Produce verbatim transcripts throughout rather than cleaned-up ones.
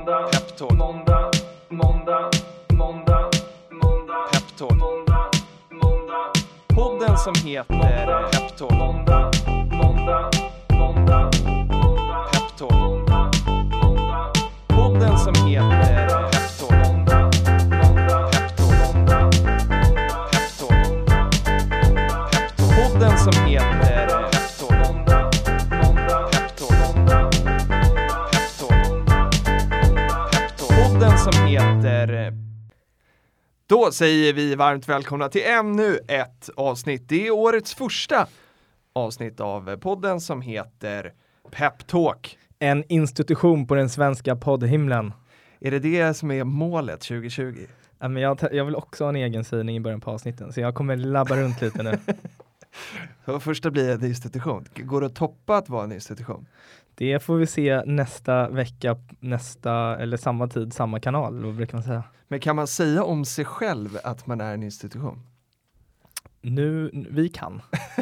måndag, peptalk, måndag, måndag, måndag, måndag, peptalk, måndag, måndag, podden som heter Peptalk, måndag, måndag, måndag, peptalk, måndag, måndag, podden som heter Peptalk, måndag, måndag, peptalk, måndag, peptalk, peptalk, podden som heter som heter... Då säger vi varmt välkomna till ännu ett avsnitt. Det är årets första avsnitt av podden som heter Peptalk. En institution på den svenska poddhimlen. Är det det som är målet tjugo tjugo? Ja, men jag, jag vill också ha en egen sägning i början på avsnitten. Så jag kommer labba runt lite nu. Så första blir en institution. Går det att toppa att vara en institution? Det får vi se nästa vecka, nästa eller samma tid, samma kanal, vad brukar man säga. Men kan man säga om sig själv att man är en institution? Nu, vi kan.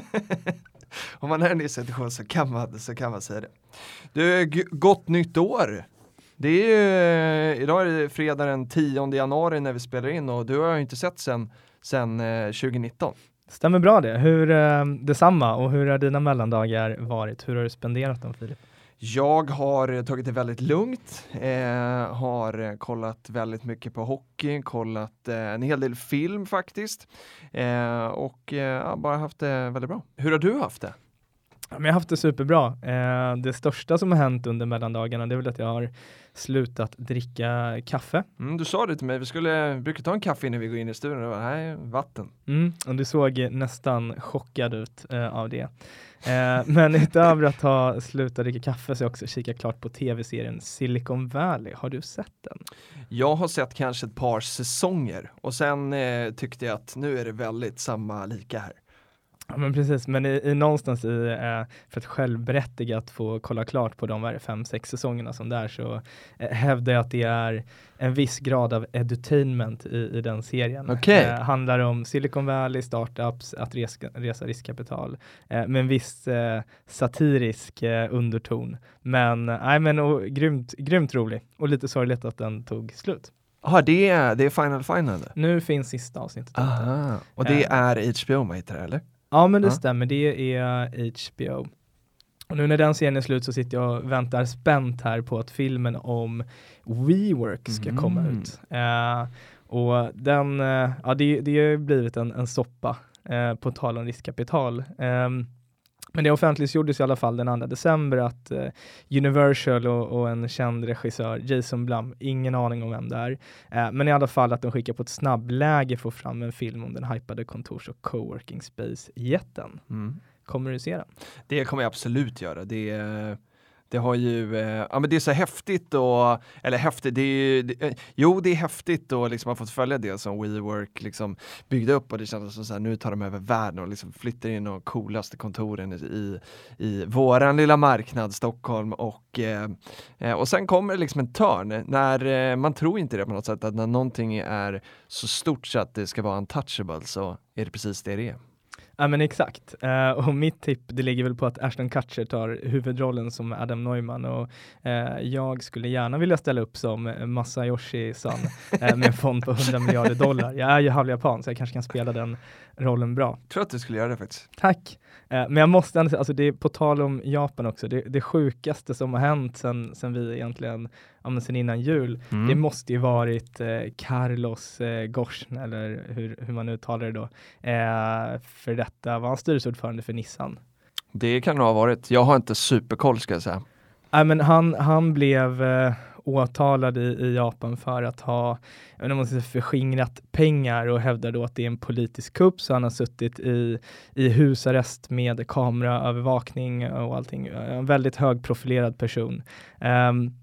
Om man är en institution så kan man, så kan man säga det. Du, g- gott nytt år! Det är ju, idag är det fredag den tionde januari när vi spelar in och du har ju inte sett sen, sen eh, tjugo nitton. Stämmer bra det. Hur, eh, detsamma och hur har dina mellandagar varit? Hur har du spenderat dem, Filip? Jag har tagit det väldigt lugnt, eh, har kollat väldigt mycket på hockey, kollat eh, en hel del film faktiskt eh, och eh, bara haft det väldigt bra. Hur har du haft det? Jag har haft det superbra. Eh, det största som har hänt under mellandagarna det är väl att jag har slutat dricka kaffe. Mm, du sa det till mig, vi skulle brukar ta en kaffe innan vi går in i studion och det var, nej, vatten. Mm, och du såg nästan chockad ut eh, av det. Eh, men utöver att ha slutat dricka kaffe så har jag också kikat klart på tv-serien Silicon Valley. Har du sett den? Jag har sett kanske ett par säsonger och sen eh, tyckte jag att nu är det väldigt samma lika här. Ja, men precis, men i, i någonstans i, eh, för att självberättigat få kolla klart på de här fem, sex säsongerna som där så eh, hävdar jag att det är en viss grad av edutainment i, i den serien. Okay. Eh, handlar om Silicon Valley, startups, att resa, resa riskkapital eh, med en viss eh, satirisk eh, underton. Men, nej, men och, grymt, grymt rolig och lite sorgligt att den tog slut. Ja, det är, det är Final Final. Nu finns sista avsnittet. Aha. Och det eh. är H B O man hittar det, eller? Ja, men det ah. stämmer. Det är H B O. Och nu när den serien är slut så sitter jag och väntar spänt här på att filmen om WeWork ska mm. komma ut. Uh, och den, uh, ja det, det har blivit en, en soppa uh, på tal om riskkapital. Um, Men det offentliggjordes i alla fall den andra december att uh, Universal och, och en känd regissör, Jason Blum, ingen aning om vem det är, uh, men i alla fall att de skickar på ett snabbläge för att få fram en film om den hypade kontors- och coworking space-jätten. Mm. Kommer du se den? Det kommer jag absolut göra. Det Det har ju, eh, ja men det är så häftigt och, eller häftigt, det är det, eh, jo det är häftigt och liksom har fått följa det som WeWork liksom byggde upp och det känns som så här, nu tar de över världen och liksom flyttar in de coolaste kontoren i, i våran lilla marknad Stockholm och, eh, och sen kommer det liksom en törn när eh, man tror inte det på något sätt att när någonting är så stort så att det ska vara untouchable så är det precis det det är. Ja men exakt. Uh, och mitt tipp det ligger väl på att Ashton Kutcher tar huvudrollen som Adam Neumann och uh, jag skulle gärna vilja ställa upp som Masayoshi-san uh, med en fond på hundra miljarder dollar. Jag är ju halvjapan så jag kanske kan spela den rollen bra. Jag tror att du skulle göra det faktiskt. Tack. Uh, men jag måste ändå säga, alltså det är på tal om Japan också, det, det sjukaste som har hänt sen, sen vi egentligen, ja men sen innan jul, mm. det måste ju varit uh, Carlos uh, Ghosn eller hur, hur man uttalar det då. Uh, för detta var han styrelseordförande för Nissan. Det kan nog ha varit. Jag har inte superkoll ska jag säga. Nej, men han, han blev eh, åtalad i, i Japan för att ha jag vet inte, man ska säga, förskingrat pengar och hävdar då att det är en politisk kupp så han har suttit i, i husarrest med kameraövervakning och allting. En väldigt högprofilerad person. Um,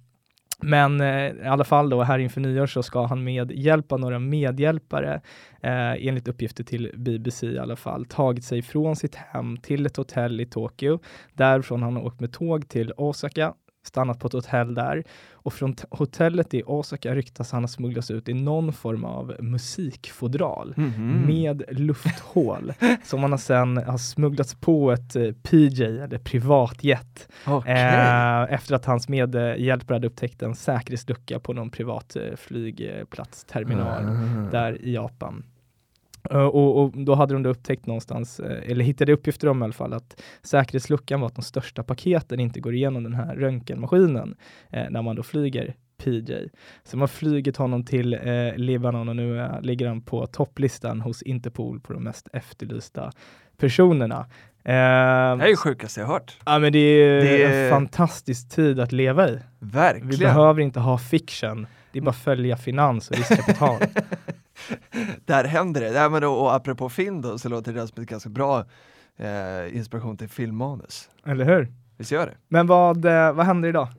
Men eh, i alla fall då här inför nyår så ska han med hjälp av några medhjälpare eh, enligt uppgifter till B B C i alla fall tagit sig från sitt hem till ett hotell i Tokyo. Därifrån har han åkt med tåg till Osaka stannat på ett hotell där. Och från t- hotellet i Osaka ryktas han ha smugglats ut i någon form av musikfodral Mm-hmm. med lufthål som man har sen har smugglats på ett eh, P J eller privatjet. Okay. Eh, efter att hans medhjälpare hade upptäckt en säkerhetslucka på någon privat eh, flygplatsterminal Mm. där i Japan. Uh, och, och då hade de då upptäckt någonstans, eh, eller hittade uppgifter om i alla fall, att säkerhetsluckan var att de största paketen inte går igenom den här röntgenmaskinen eh, när man då flyger P J. Så man flugit honom till eh, Libanon och nu eh, ligger han på topplistan hos Interpol på de mest efterlysta personerna. Eh, det är ju sjukaste jag hört. Ja, men det är, det är en fantastisk tid att leva i. Verkligen. Vi behöver inte ha fiction. Det är bara följa finans och riskkapital. Där händer det. Ja, men då, och apropå film då, så låter det som ett ganska bra eh, inspiration till filmmanus. Eller hur? Visst gör det. Men vad, eh, vad händer idag?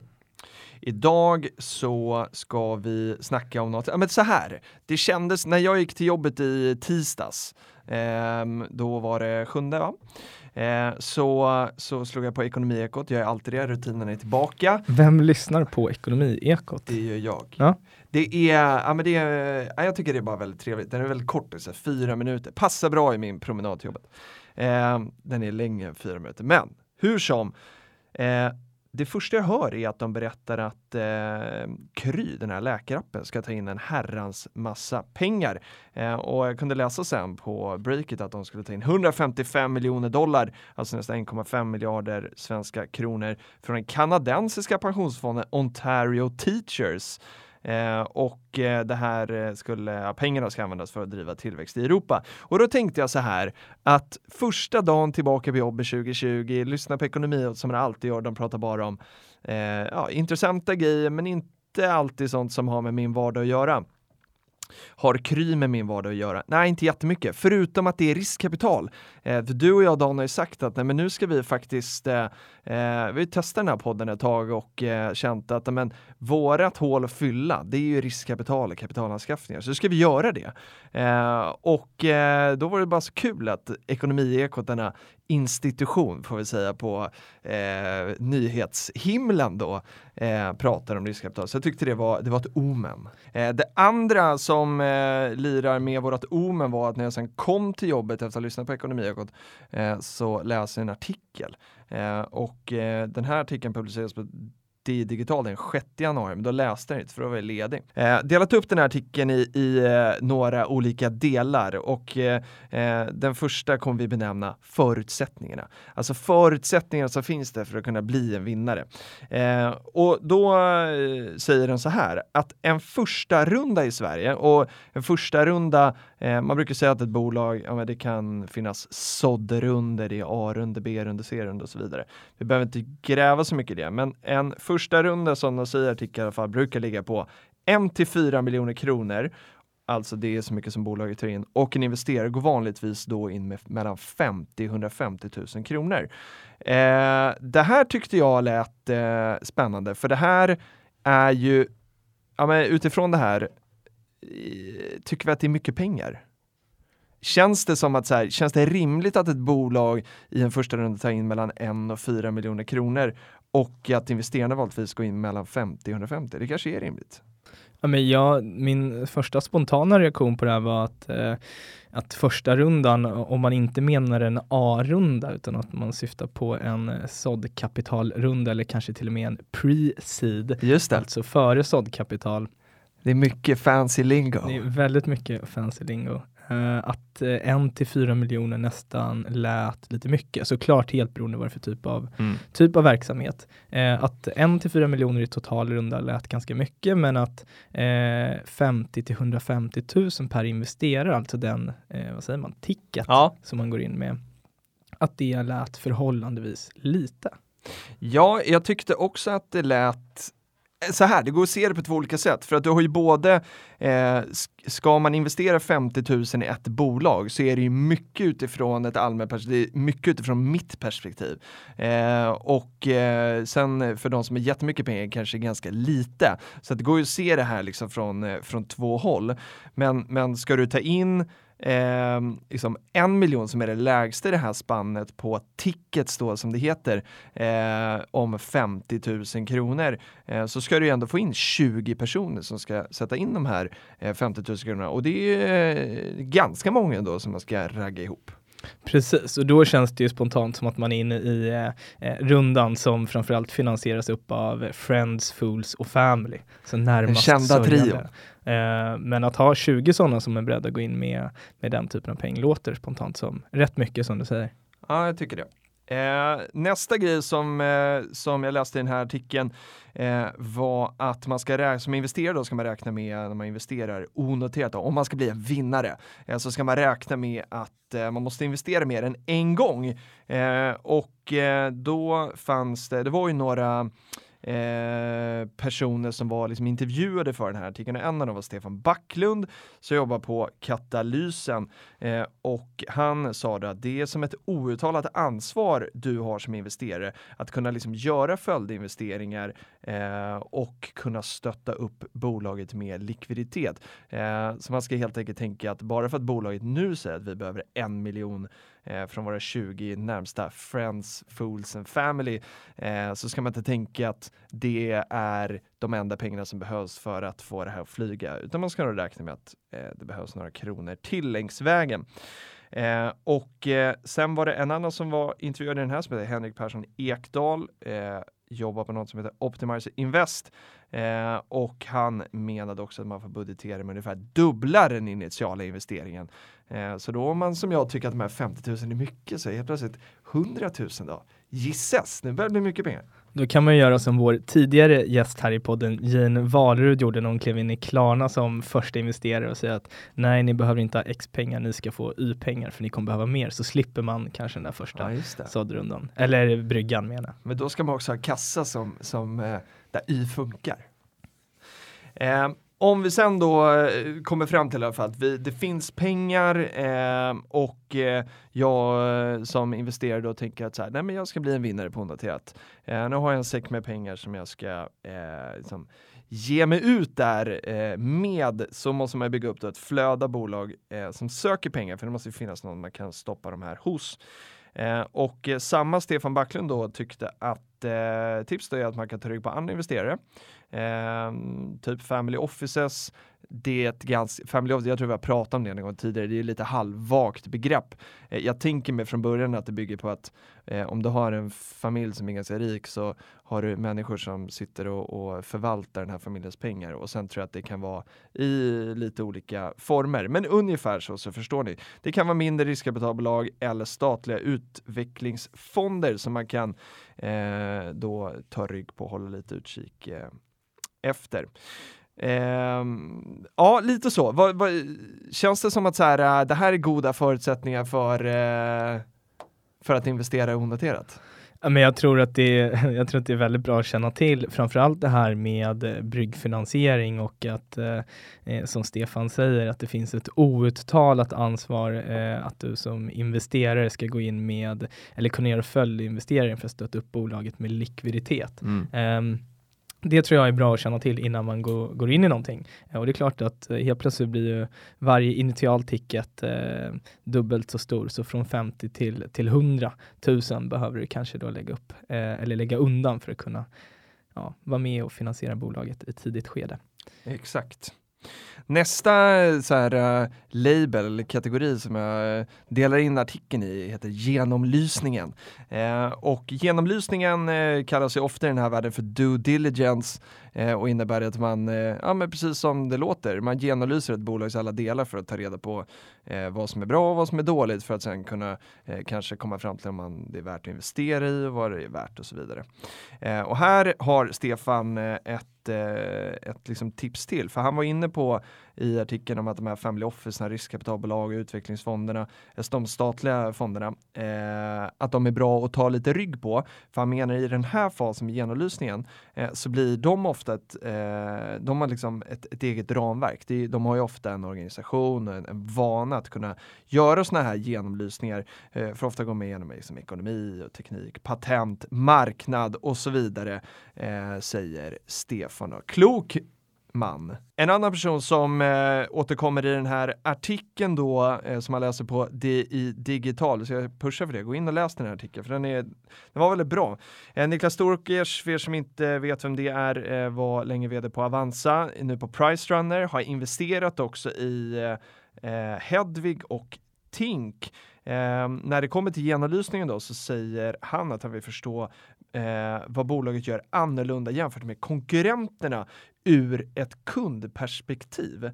Idag så ska vi snacka om något. Ja, men så här. Det kändes när jag gick till jobbet i tisdags. Eh, då var det sjunde, va? Eh, så, så slog jag på Ekonomiekot. Jag är alltid det. Rutinerna är tillbaka. Vem lyssnar på Ekonomiekot? Det gör jag. Ja. Det är, ja, men det är, ja, jag tycker det är bara väldigt trevligt. Den är väldigt kort, så här, fyra minuter. Passar bra i min promenad till jobbet. Eh, den är längre än fyra minuter. Men hur som, eh, det första jag hör är att de berättar att eh, Kry, den här läkarappen, ska ta in en herrans massa pengar. Eh, och jag kunde läsa sen på Breakit att de skulle ta in hundrafemtiofem miljoner dollar, alltså nästan en komma fem miljarder svenska kronor, från den kanadensiska pensionsfonden Ontario Teachers. Eh, och eh, det här skulle, ja, pengarna ska användas för att driva tillväxt i Europa. Och då tänkte jag så här, att första dagen tillbaka på jobbet tjugo tjugo, lyssna på ekonomi som man alltid gör, de pratar bara om eh, ja, intressanta grejer, men inte alltid sånt som har med min vardag att göra. Har Kry med min vardag att göra? Nej, inte jättemycket. Förutom att det är riskkapital. Eh, för du och jag, Dan, har ju sagt att nej, men nu ska vi faktiskt eh, eh, vi testar den här podden ett tag och eh, känt att men, vårat hål att fylla, det är ju riskkapital och kapitalanskaffningar. Så ska vi göra det. Eh, och eh, då var det bara så kul att Ekonomiekot, denna institution, får vi säga, på eh, nyhetshimlen då, eh, pratar om riskkapital. Så jag tyckte det var, det var ett omen. Eh, det andra som eh, lirar med vårt omen var att när jag sen kom till jobbet efter att ha lyssnat på Ekonomiekot eh, så läste jag en artikel. Eh, och eh, den här artikeln publiceras på i digital den sjätte januari, men då läste jag inte för då var jag ledig. Eh, delat upp den här artikeln i, i eh, några olika delar och eh, den första kommer vi benämna förutsättningarna. Alltså förutsättningarna som finns det för att kunna bli en vinnare. Eh, och då eh, säger den så här, att en första runda i Sverige, och en första runda, eh, man brukar säga att ett bolag, ja, men det kan finnas såddrunder, det är A-runde, B-runde, C-runde och så vidare. Vi behöver inte gräva så mycket i det, men en första runda som de säger i artikeln i alla fall brukar ligga på en till fyra miljoner kronor. Alltså det är så mycket som bolaget tar in. Och en investerare går vanligtvis då in med mellan femtio till hundrafemtio tusen kronor. Eh, det här tyckte jag lät eh, spännande. För det här är ju, ja, men utifrån det här, eh, tycker vi att det är mycket pengar. Känns det som att så här, känns det rimligt att ett bolag i en första runda tar in mellan en och fyra miljoner kronor och att investerarna vanligtvis går in mellan femtio till hundrafemtio? Det kanske är rimligt. Ja, men jag, min första spontana reaktion på det här var att, eh, att första rundan, om man inte menar en A-runda utan att man syftar på en såddkapitalrunda eller kanske till och med en pre-seed, just det, alltså före såddkapital. Det är mycket fancy lingo. Det är väldigt mycket fancy lingo. Uh, att uh, en till fyra miljoner nästan lät lite mycket. Såklart helt beroende vad det för typ av, mm. typ av verksamhet. Uh, att en till fyra miljoner i total runda lät ganska mycket, men att uh, femtio till hundrafemtio tusen per investerare, alltså den, uh, vad säger man, ticket ja. som man går in med, att det lät förhållandevis lite. Ja, jag tyckte också att det lät så här, det går att se det på två olika sätt. För att du har ju både, eh, ska man investera femtio tusen i ett bolag så är det ju mycket utifrån ett allmänt perspektiv, mycket utifrån mitt perspektiv. Eh, och eh, sen för de som har jättemycket pengar kanske ganska lite. Så att det går ju att se det här liksom från, eh, från två håll. Men, men ska du ta in eh, liksom en miljon som är det lägsta i det här spannet på tickets då som det heter eh, om femtio tusen kronor eh, så ska du ändå få in tjugo personer som ska sätta in de här eh, femtio tusen kronorna och det är eh, ganska många då som man ska ragga ihop. Precis, och då känns det ju spontant som att man är inne i eh, rundan som framförallt finansieras upp av Friends, Fools och Family. Så närmast den kända trion. Eh, men att ha tjugo sådana som är beredda att gå in med, med den typen av pengar låter spontant som rätt mycket som du säger. Ja, jag tycker det. Eh, nästa grej som, eh, som jag läste i den här artikeln eh, var att man ska räkna, som investerare då ska man räkna med när man investerar onoterat då, om man ska bli en vinnare eh, så ska man räkna med att eh, man måste investera mer än en gång eh, och eh, då fanns det, det var ju några Eh, personer som var liksom intervjuade för den här artikeln. En av dem var Stefan Backlund som jobbar på Katalysen eh, och han sa då att det är som ett outtalat ansvar du har som investerare att kunna liksom göra följdinvesteringar eh, och kunna stötta upp bolaget med likviditet. Eh, så man ska helt enkelt tänka att bara för att bolaget nu säger att vi behöver en miljon Eh, från våra tjugo närmsta Friends, Fools and Family eh, så ska man inte tänka att det är de enda pengarna som behövs för att få det här att flyga utan man ska nog räkna med att eh, det behövs några kronor till längs vägen. Eh, och eh, sen var det en annan som var intervjuad i den här som heter Henrik Persson Ekdahl eh, jobbar på något som heter Optimizer Invest eh, och han menade också att man får budgetera med ungefär dubbla den initiala investeringen. Eh, så då om man som jag tycker att de här femtio tusen är mycket så är helt plötsligt hundra tusen då. Gisses, det börjar bli mycket pengar. Då kan man göra som vår tidigare gäst här i podden, Jane Walerud, gjorde när hon klev in i Klarna som första investerare och säga att nej, ni behöver inte ha X pengar, ni ska få Y-pengar för ni kommer behöva mer, så slipper man kanske den där första ja, såddrundan. Eller bryggan menar jag. Men då ska man också ha kassa som, som eh, där Y funkar. Eh, Om vi sen då eh, kommer fram till i alla fall att vi, det finns pengar eh, och eh, jag eh, som investerare då tänker att så här, nej men jag ska bli en vinnare på hundratusen. Eh, nu har jag en säck med pengar som jag ska eh, liksom, ge mig ut där eh, med, så måste man bygga upp då ett flöda bolag eh, som söker pengar, för det måste finnas någon man kan stoppa de här hos. Eh, och eh, samma Stefan Backlund då tyckte att eh, tips då är att man kan ta rygg på andra investerare. Eh, typ family offices. Det är ett ganska, family office, jag tror vi har pratat om det en gång tidigare, det är lite halvvagt begrepp. Eh, jag tänker mig från början att det bygger på att eh, om du har en familj som är ganska rik så har du människor som sitter och, och förvaltar den här familjens pengar, och sen tror jag att det kan vara i lite olika former. Men ungefär så, så förstår ni. Det kan vara mindre riskkapitalbolag eller statliga utvecklingsfonder som man kan eh, då ta rygg på och hålla lite utkik eh, efter. Eh, ja, lite så. Vad, vad, känns det som att så här, det här är goda förutsättningar för, eh, för att investera onoterat? Men jag tror att det är, jag tror att det är väldigt bra att känna till, framförallt det här med bryggfinansiering och att eh, som Stefan säger, att det finns ett outtalat ansvar eh, att du som investerare ska gå in med, eller kunna göra följdinvestering för att stötta upp bolaget med likviditet. Mm. Um, Det tror jag är bra att känna till innan man går, går in i någonting. Och det är klart att helt plötsligt blir ju varje initial ticket eh, dubbelt så stor. Så från femtio till, till hundra tusen behöver du kanske då lägga upp eh, eller lägga undan för att kunna ja, vara med och finansiera bolaget i ett tidigt skede. Exakt. Nästa så här, uh, label eller kategori som jag uh, delar in artikeln i heter genomlysningen. Uh, och genomlysningen uh, kallas ju ofta i den här världen för due diligence uh, och innebär att man, uh, ja men precis som det låter, man genomlyser ett bolags alla delar för att ta reda på uh, vad som är bra och vad som är dåligt, för att sen kunna uh, kanske komma fram till om man, det är värt att investera i och vad det är värt och så vidare. Uh, och här har Stefan uh, ett ett liksom tips till, för han var inne på i artikeln om att de här family office, riskkapitalbolag och utvecklingsfonderna, de statliga fonderna, eh, att de är bra att ta lite rygg på, för han menar i den här fasen med genomlysningen eh, så blir de ofta ett, eh, de har liksom ett, ett eget ramverk. De, de har ju ofta en organisation och en, en vana att kunna göra såna här genomlysningar, eh, för ofta går man igenom liksom ekonomi och teknik, patent, marknad och så vidare, eh, säger Stefan. Klok man. En annan person som eh, återkommer i den här artikeln då, eh, som man läser på D I Digital, så jag pushar för det, gå in och läs den här artikeln, för den, är, den var väldigt bra. Eh, Niklas Storkers, för er som inte vet vem det är, eh, var länge vd på Avanza, nu på Pricerunner, har investerat också i eh, Hedvig och Tink. Eh, när det kommer till genomlysningen då, så säger han att han vill förstå eh, vad bolaget gör annorlunda jämfört med konkurrenterna ur ett kundperspektiv.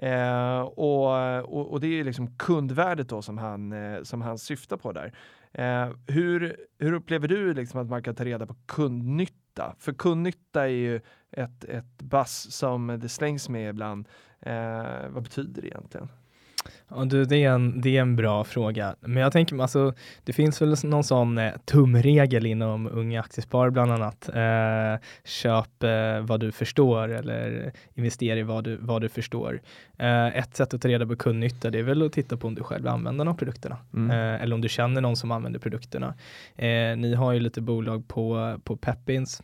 Eh, och, och, och det är liksom kundvärdet då som han, eh, som han syftar på där. Eh, hur, hur upplever du liksom att man kan ta reda på kundnytta? För kundnytta är ju ett, ett bass som det slängs med ibland. Eh, vad betyder det egentligen? Ja, du, det, är en, det är en bra fråga. Men jag tänker, alltså, det finns väl någon sån eh, tumregel inom Unga Aktiespar bland annat. Eh, köp eh, vad du förstår eller investera i vad du, vad du förstår. Eh, ett sätt att ta reda på kundnytta, det är väl att titta på om du själv använder de produkterna. Mm. Eh, eller om du känner någon som använder produkterna. Eh, ni har ju lite bolag på, på Pepins.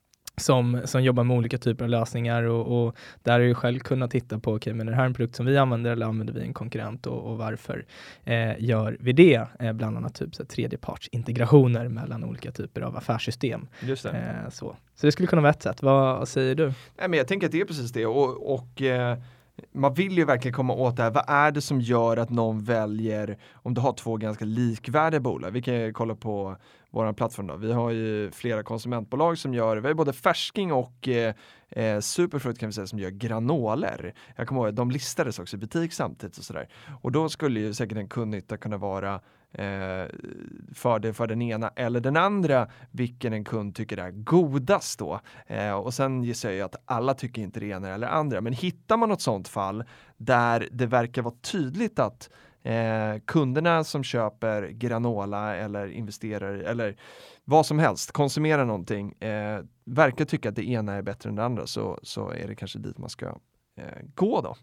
Som, som jobbar med olika typer av lösningar och, och där är ju själv kunnat titta på okej, men är det här en produkt som vi använder eller använder vi en konkurrent och, och varför eh, gör vi det? Eh, bland annat typ så tredjepartsintegrationer mellan olika typer av affärssystem. Just det. Eh, så. så det skulle kunna vara ett sätt. Vad, vad säger du? Nej, men jag tänker att det är precis det och, och eh, man vill ju verkligen komma åt det här. Vad är det som gör att någon väljer, om du har två ganska likvärdiga bolag? Vi kan kolla på vår plattform då. Vi har ju flera konsumentbolag som gör, vi har både Färsking och eh, Superfruit kan vi säga som gör granoler. Jag kommer ihåg att de listades också i butik samtidigt och sådär. Och då skulle ju säkert en kundnytta kunna vara eh, fördel för den ena eller den andra, vilken en kund tycker är godast då. Eh, och sen gissar jag att alla tycker inte det ena eller andra. Men hittar man något sånt fall där det verkar vara tydligt att Eh, kunderna som köper granola eller investerar eller vad som helst, konsumerar någonting, eh, verkar tycka att det ena är bättre än det andra, så, så är det kanske dit man ska eh, gå då.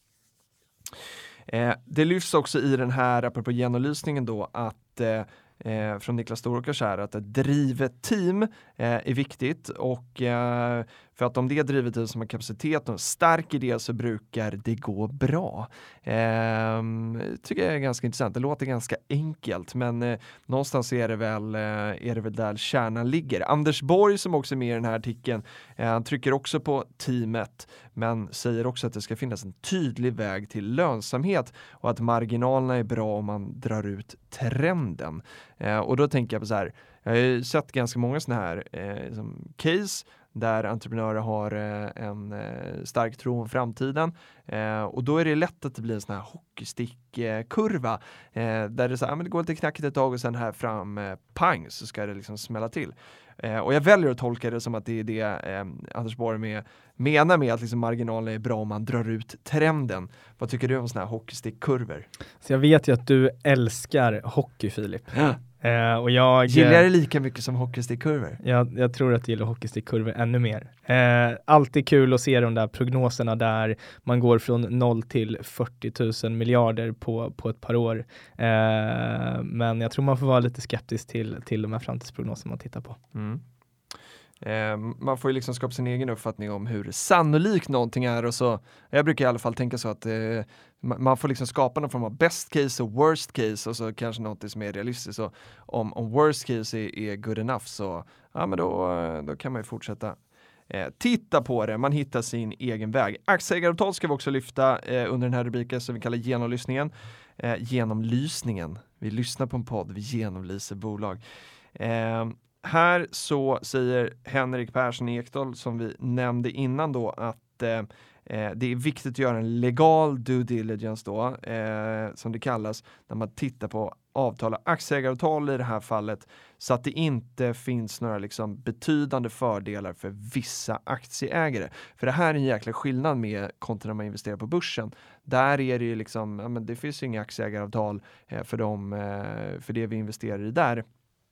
Eh, det lyfts också i den här, apropå genomlysningen då, att eh, Eh, från Niklas Storkers här, att ett drivet team eh, är viktigt och eh, för att om det är drivet team som har kapacitet och en stark idé så brukar det gå bra. Eh, tycker jag är ganska intressant. Det låter ganska enkelt, men eh, någonstans är det, väl, eh, är det väl där kärnan ligger. Anders Borg som också är med i den här artikeln, eh, han trycker också på teamet men säger också att det ska finnas en tydlig väg till lönsamhet och att marginalerna är bra om man drar ut trenden. Eh, och då tänker jag på så här, jag har ju sett ganska många sådana här eh, som case där entreprenörer har eh, en eh, stark tro om framtiden eh, och då är det lätt att det blir en sån här hockeystick-kurva eh, där det, så här, men det går lite knackigt ett tag och sen här fram eh, pang så ska det liksom smälla till. Eh, och jag väljer att tolka det som att det är det eh, Anders Borg med, menar med att liksom marginalerna är bra om man drar ut trenden. Vad tycker du om såna här hockeystick-kurvor? Så jag vet ju att du älskar hockey, Filip. Ja. Eh, och jag, gillar det lika mycket som hockeystick-kurvor? Jag, jag tror att jag gillar hockeystick-kurvor ännu mer. Eh, alltid kul att se de där prognoserna där man går från noll till fyrtio tusen miljarder på, på ett par år. Eh, men jag tror man får vara lite skeptisk till, till de här framtidsprognoserna man tittar på. Mm. Eh, man får ju liksom skapa sin egen uppfattning om hur sannolikt någonting är och så, jag brukar i alla fall tänka så att eh, man får liksom skapa någon form av best case och worst case och så kanske något som är realistiskt. Så om, om worst case är, är good enough så ja, men då, då kan man ju fortsätta eh, titta på det. Man hittar sin egen väg. Aktieägaravtal ska vi också lyfta eh, under den här rubriken som vi kallar genomlysningen. Eh, genomlysningen. Vi lyssnar på en podd, vi genomlyser bolag. Eh, Här så säger Henrik Persson Ekdahl som vi nämnde innan då att eh, det är viktigt att göra en legal due diligence då eh, som det kallas när man tittar på avtal och aktieägaravtal i det här fallet så att det inte finns några liksom betydande fördelar för vissa aktieägare. För det här är en jäkla skillnad med kontra när man investerar på börsen. Där är det ju liksom, ja, men det finns ju inga aktieägaravtal eh, för, dem, eh, för det vi investerar i där.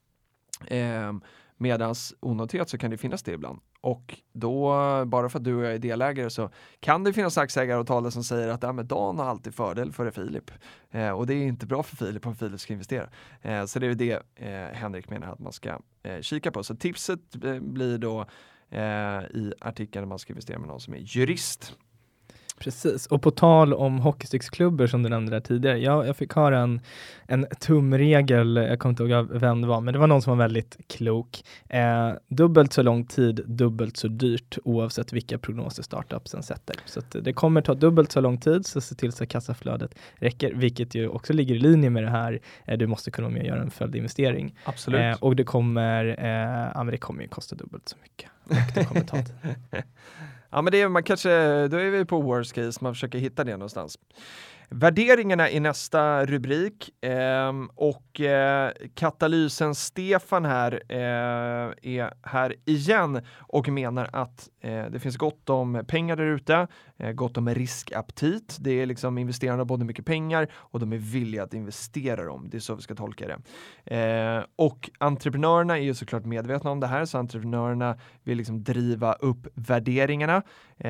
Eh, medans onoterat så kan det finnas det ibland. Och då, bara för att du och jag är delägare så kan det finnas aktieägaravtal som säger att ja, men Dan har alltid fördel för Filip. Eh, och det är inte bra för Filip om Filip ska investera. Eh, så det är det eh, Henrik menar att man ska eh, kika på. Så tipset eh, blir då eh, i artikeln när man ska investera med någon som är jurist. Precis, och på tal om hockeysticksklubbar som du nämnde där tidigare, jag, jag fick höra en, en tumregel, jag kommer inte ihåg vem det var, men det var någon som var väldigt klok. Eh, dubbelt så lång tid, dubbelt så dyrt, oavsett vilka prognoser startupsen sätter. Så att det kommer ta dubbelt så lång tid, så se till så att kassaflödet räcker, vilket ju också ligger i linje med det här, eh, du måste kunna med och göra en följdinvestering. Absolut. Eh, och det kommer, eh, ja, men det kommer ju kosta dubbelt så mycket. Och det kommer ta tid. Ja, men det är man kanske, då är vi på worst case, man försöker hitta det någonstans. Värderingarna i nästa rubrik eh, och eh, katalysen Stefan här eh, är här igen och menar att eh, det finns gott om pengar där ute, eh, gott om riskaptit. Det är liksom investerarna har både mycket pengar och de är villiga att investera dem. Det är så vi ska tolka det. Eh, och entreprenörerna är ju såklart medvetna om det här, så entreprenörerna vill liksom driva upp värderingarna.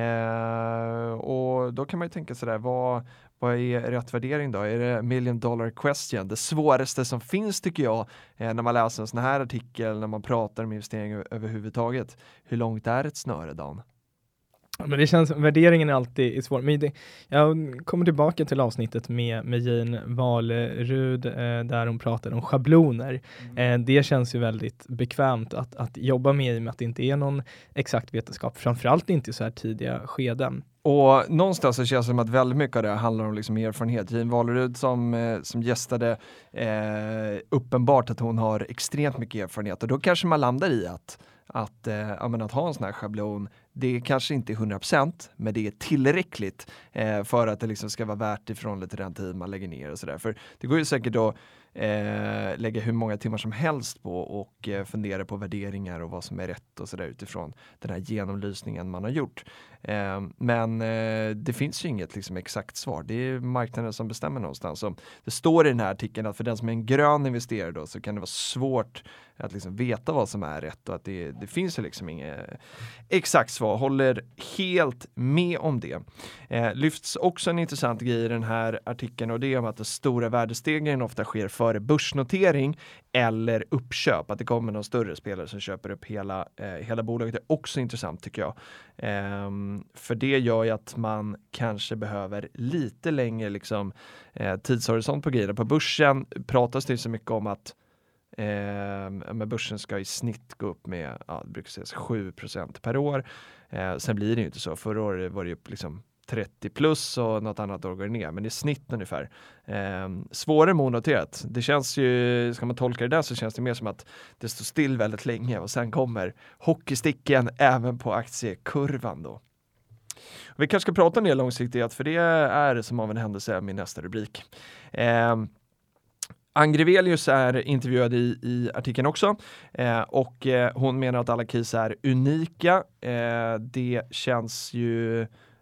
Eh, och då kan man ju tänka sådär, vad Vad är rätt värdering då? Är det million dollar question? Det svåraste som finns tycker jag eh, när man läser en sån här artikel, när man pratar om investeringar överhuvudtaget. Hur långt är ett snöre, Dan? Ja, men det känns, värderingen är alltid svår. Men det, jag kommer tillbaka till avsnittet med, med Jane Walerud eh, där hon pratar om schabloner. Mm. Eh, det känns ju väldigt bekvämt att, att jobba med i och med att det inte är någon exakt vetenskap. Framförallt inte i så här tidiga skeden. Och någonstans så känns det som att väldigt mycket av det handlar om liksom erfarenhet. Jane Walerud som, eh, som gästade, eh, uppenbart att hon har extremt mycket erfarenhet. Och då kanske man landar i att, att, eh, ja, men att ha en sån här schablon, det kanske inte är hundra procent, men det är tillräckligt eh, för att det liksom ska vara värt i förhållande till den tid man lägger ner och sådär. För det går ju säkert att eh, lägga hur många timmar som helst på och eh, fundera på värderingar och vad som är rätt och sådär utifrån den här genomlysningen man har gjort. Eh, men eh, det finns ju inget liksom exakt svar. Det är marknaden som bestämmer någonstans. Så det står i den här artikeln att för den som är en grön investerare då, så kan det vara svårt att liksom veta vad som är rätt och att det, det finns ju liksom inget exakt svar. Håller helt med om det. Eh, lyfts också en intressant grej i den här artikeln, och det är om att den stora värdestegringen ofta sker före börsnotering eller uppköp. Att det kommer någon större spelare som köper upp hela, eh, hela bolaget. Det är också intressant tycker jag. Eh, för det gör ju att man kanske behöver lite längre liksom, eh, tidshorisont på grejer. På börsen pratas det så mycket om att Eh, men börsen ska i snitt gå upp med, ja, det brukar sägas sju procent per år. Eh, sen blir det ju inte så. Förra året var det upp liksom trettio plus och något annat år går det ner. Men i snitt ungefär. Eh, svårare monoterat. Det känns ju, ska man tolka det där så känns det mer som att det står still väldigt länge och sen kommer hockeysticken även på aktiekurvan då. Vi kanske ska prata om det långsiktigt, för det är som av en händelse min nästa rubrik. Eh, Angrevelius är intervjuad i, i artikeln också eh, och eh, hon menar att alla case är unika. Eh, det känns ju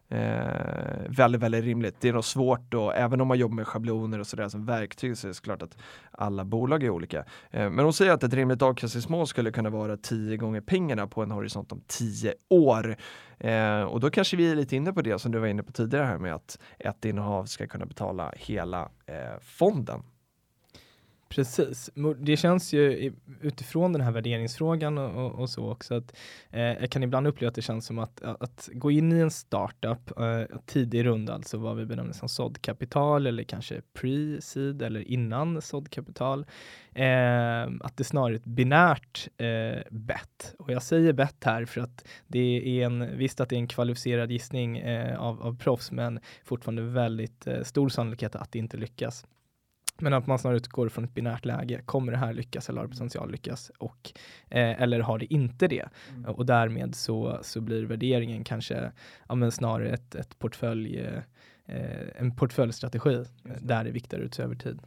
eh, väldigt, väldigt rimligt. Det är nog svårt då, även om man jobbar med schabloner och sådär som verktyg, så är det klart att alla bolag är olika. Eh, men hon säger att ett rimligt avkastningsmål skulle kunna vara tio gånger pengarna på en horisont om tio år. Eh, och då kanske vi är lite inne på det som du var inne på tidigare här med att ett innehav ska kunna betala hela eh, fonden. Precis. Det känns ju utifrån den här värderingsfrågan och, och, och så också att eh, jag kan ibland uppleva att det känns som att, att, att gå in i en startup eh, tidig runda, alltså vad vi benämner som såddkapital eller kanske pre-seed eller innan såddkapital, eh, att det snarare är ett binärt eh, bet. Och jag säger bet här för att det är en, visst att det är en kvalificerad gissning eh, av, av proffs, men fortfarande väldigt eh, stor sannolikhet att det inte lyckas. Men att man snarare utgår från ett binärt läge. Kommer det här lyckas eller har det potential att lyckas? Och, eh, eller har det inte det? Mm. Och därmed så, så blir värderingen kanske ja, men snarare ett, ett portfölj, eh, en portföljstrategi där det viktar ut sig över tid.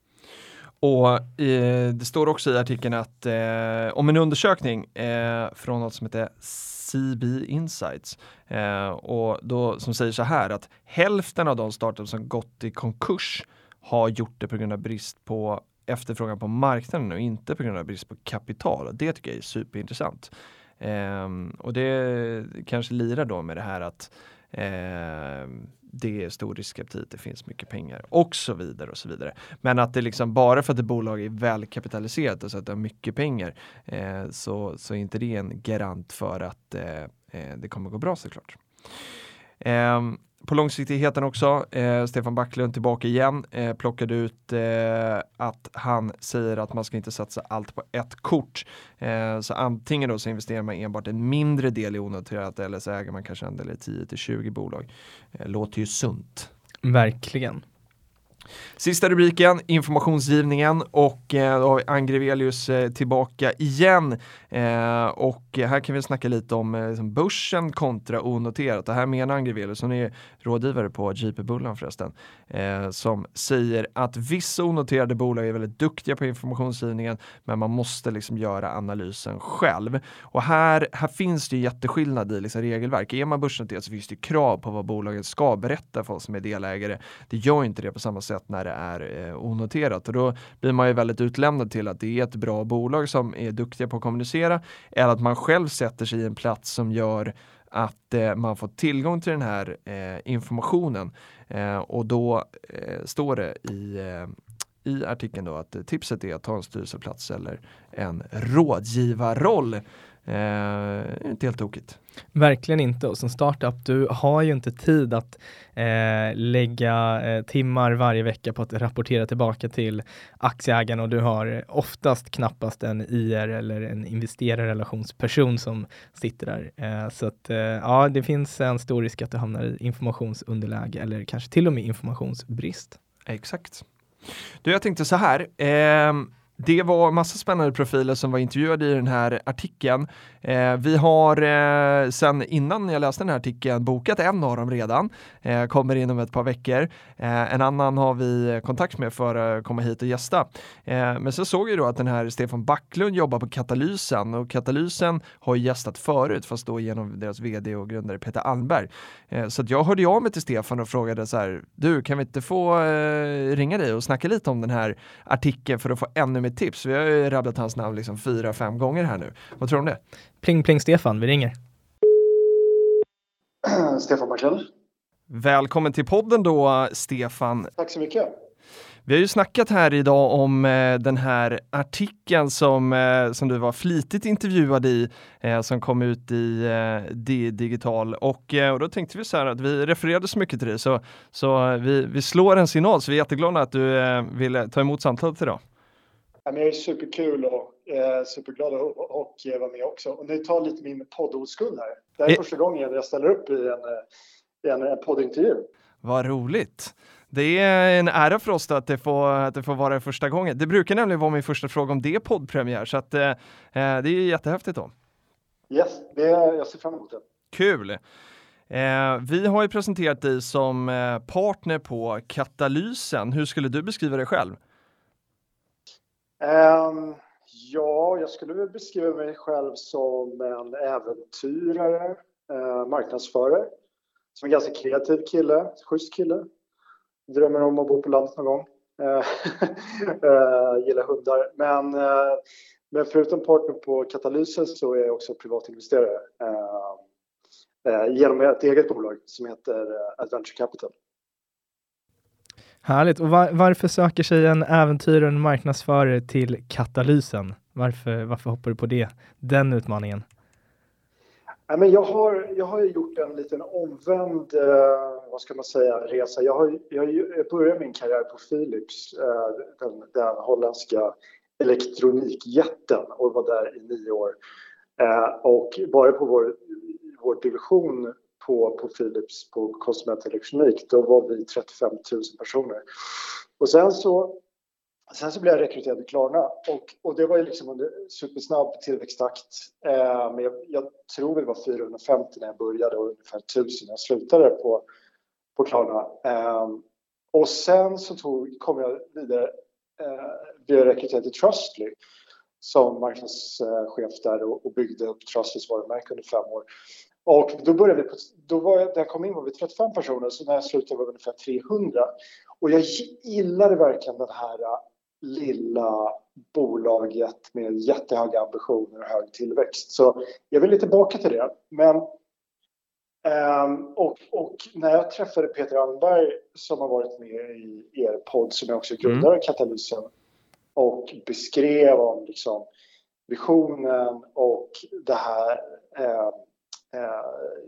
Och eh, det står också i artikeln att eh, om en undersökning eh, från något som heter C B Insights eh, och då, som säger så här att hälften av de startups som gått i konkurs har gjort det på grund av brist på efterfrågan på marknaden och inte på grund av brist på kapital. Och det tycker jag är superintressant. Ehm, och det kanske lirar då med det här att Eh, det är stor riskaptit, det finns mycket pengar och så vidare och så vidare. Men att det liksom bara för att ett bolag är välkapitaliserat och så att det har mycket pengar eh, så, så är inte det en garant för att eh, eh, det kommer gå bra såklart. Eh, på långsiktigheten också, eh, Stefan Backlund tillbaka igen, eh, plockade ut eh, att han säger att man ska inte satsa allt på ett kort. Eh, så antingen då så investerar man enbart en mindre del i onoterat eller så äger man kanske en del i tio till tjugo bolag. Eh, låter ju sunt. Verkligen. Sista rubriken, informationsgivningen, och eh, då har vi Angrevelius eh, tillbaka igen eh, och här kan vi snacka lite om eh, liksom börsen kontra onoterat. Det här menar Angrevelius, som är rådgivare på J P Bullan förresten, eh, som säger att vissa onoterade bolag är väldigt duktiga på informationsgivningen, men man måste liksom göra analysen själv. Och här, här finns det ju jätteskillnad i liksom regelverk. Är man börsnoterad så finns det krav på vad bolaget ska berätta för oss som är delägare. Det gör inte det på samma sätt när det är eh, onoterat, och då blir man ju väldigt utlämnad till att det är ett bra bolag som är duktiga på att kommunicera, eller att man själv sätter sig i en plats som gör att eh, man får tillgång till den här eh, informationen eh, och då eh, står det i, eh, i artikeln då att tipset är att ta en styrelseplats eller en rådgivarroll. Eh, inte helt tokigt. Verkligen inte. Och som startup, du har ju inte tid att eh, lägga eh, timmar varje vecka på att rapportera tillbaka till aktieägarna, och du har oftast knappast en I R eller en investerarrelationsperson som sitter där. Eh, så att eh, ja, det finns en stor risk att du hamnar i informationsunderläge eller kanske till och med informationsbrist. Exakt. Du, jag tänkte så här. Eh, Det var massa spännande profiler som var intervjuade i den här artikeln. Eh, vi har eh, sen innan jag läste den här artikeln bokat en av dem redan. Eh, kommer inom ett par veckor. Eh, en annan har vi kontakt med för att komma hit och gästa. Eh, men så såg jag då att den här Stefan Backlund jobbar på Katalysen. Och Katalysen har ju gästat förut, fast då genom deras vd och grundare Peter Almberg. Eh, så att jag hörde av mig till Stefan och frågade så här: du, kan vi inte få eh, ringa dig och snacka lite om den här artikeln för att få ännu mer tips? Vi har ju rabblat hans namn liksom fyra, fem gånger här nu. Vad tror du om det? Pling pling Stefan, vi ringer. Stefan Backlund. Välkommen till podden då, Stefan. Tack så mycket. Vi har ju snackat här idag om eh, den här artikeln som, eh, som du var flitigt intervjuad i, eh, som kom ut i eh, D Digital. Och, eh, och då tänkte vi så här att vi refererade så mycket till det, så, så vi, vi slår en signal, så vi är jätteglada att du eh, ville ta emot samtalet idag. Jag är superkul och eh, superglad att och, och vara med också. Och ni tar lite min poddoskuld här. Det här är e- första gången jag ställer upp i en, i en, en poddintervju. Vad roligt. Det är en ära för oss att det får, att det får vara första gången. Det brukar nämligen vara min första fråga om det är poddpremiär, så att, eh, det är jättehäftigt då. Yes, det är, jag ser fram emot det. Kul! Eh, vi har ju presenterat dig som partner på Katalysen. Hur skulle du beskriva dig själv? Um, ja, jag skulle väl beskriva mig själv som en äventyrare, uh, marknadsförare. Som en ganska kreativ kille, schysst kille. Drömmer om att bo på landet någon gång. Uh, uh, gillar hundar. Men, uh, men förutom partner på Katalysen så är jag också privatinvesterare. Uh, uh, genom ett eget bolag som heter uh, Adventure Capital. Härligt. Och var, varför söker sig en äventyrare och en marknadsförare till Katalysen? Varför, varför hoppar du på det? Den utmaningen? Ja, men jag, har, jag har gjort en liten omvänd eh, vad ska man säga, resa. Jag, har, jag, jag började min karriär på Philips, eh, den, den holländska elektronikjätten, och var där i nio år. Eh, och bara på vår, vår division På, på Philips på konsumentelektronik, då var vi trettiofem tusen personer. Och sen så, sen så blev jag rekryterad till Klarna, och, och det var ju liksom en supersnabb tillväxttakt. Eh, men jag, jag tror det var fyrahundrafemtio när jag började och ungefär tusen när jag slutade på, på Klarna. Eh, och sen så tog, kom jag vidare, eh, blev rekryterad till Trustly som marknadschef där, och, och byggde upp Truslys varumärke under fem år. Och då började vi, på, då var jag, när jag kom in var vi trettiofem personer, så när jag slutade var vi ungefär trehundra. Och jag gillade verkligen det här lilla bolaget med jättehöga ambitioner och hög tillväxt. Så jag vill tillbaka till det. Men Um, och, och när jag träffade Peter Almberg som har varit med i er podd som jag också grundade mm. Katalysen och beskrev om liksom visionen och det här eh, eh,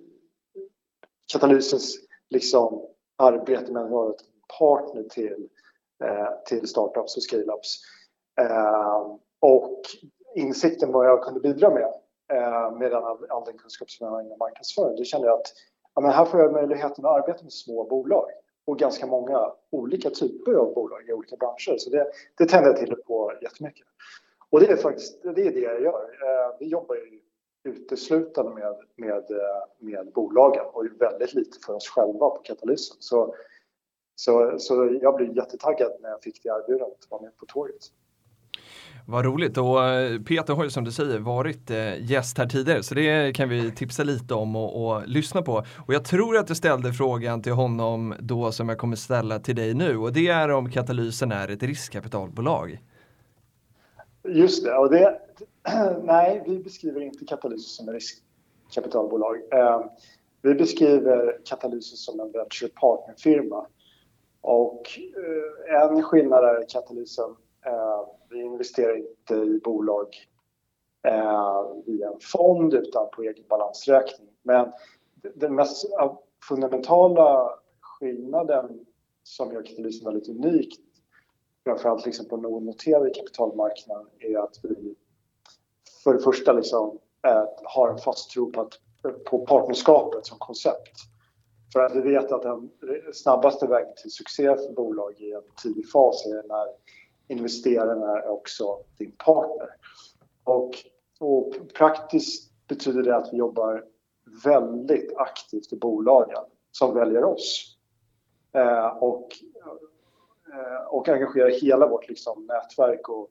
Katalysens liksom arbete med att vara ett partner till, eh, till startups och scale-ups. Eh, och insikten vad jag kunde bidra med eh, med all, all den kunskap som jag har inom marknadsföring. Det kände jag att ja, men här får jag möjligheten att arbeta med små bolag och ganska många olika typer av bolag i olika branscher. Så det, det tände jag till på jättemycket. Och det är faktiskt det, är det jag gör. Eh, vi jobbar ju uteslutande med, med, med bolagen och väldigt lite för oss själva på Katalysen. Så, så, så jag blev jättetaggad när jag fick det erbjudandet att vara med på tåget. Vad roligt, och Peter har ju som du säger varit gäst här tidigare, så det kan vi tipsa lite om och, och lyssna på. Och jag tror att du ställde frågan till honom då som jag kommer ställa till dig nu, och det är om Katalysen är ett riskkapitalbolag. Just det, och det nej, vi beskriver inte Katalysen som en riskkapitalbolag. Eh, vi beskriver Katalysen som en venture partnerfirma. Och eh, en skillnad är att Katalysen, eh, vi investerar inte i bolag eh, via en fond utan på egen balansräkning. Men den mest fundamentala skillnaden som gör Katalysen väldigt unikt, framförallt liksom på någon noterad kapitalmarknad, är att vi för det första liksom, äh, har en fast tro på, att, på partnerskapet som koncept. För att vi vet att den snabbaste vägen till succé för bolag i en tidig fas är när investerarna är också din partner. Och, och praktiskt betyder det att vi jobbar väldigt aktivt i bolagen som väljer oss. Äh, och, äh, och engagerar hela vårt liksom, nätverk och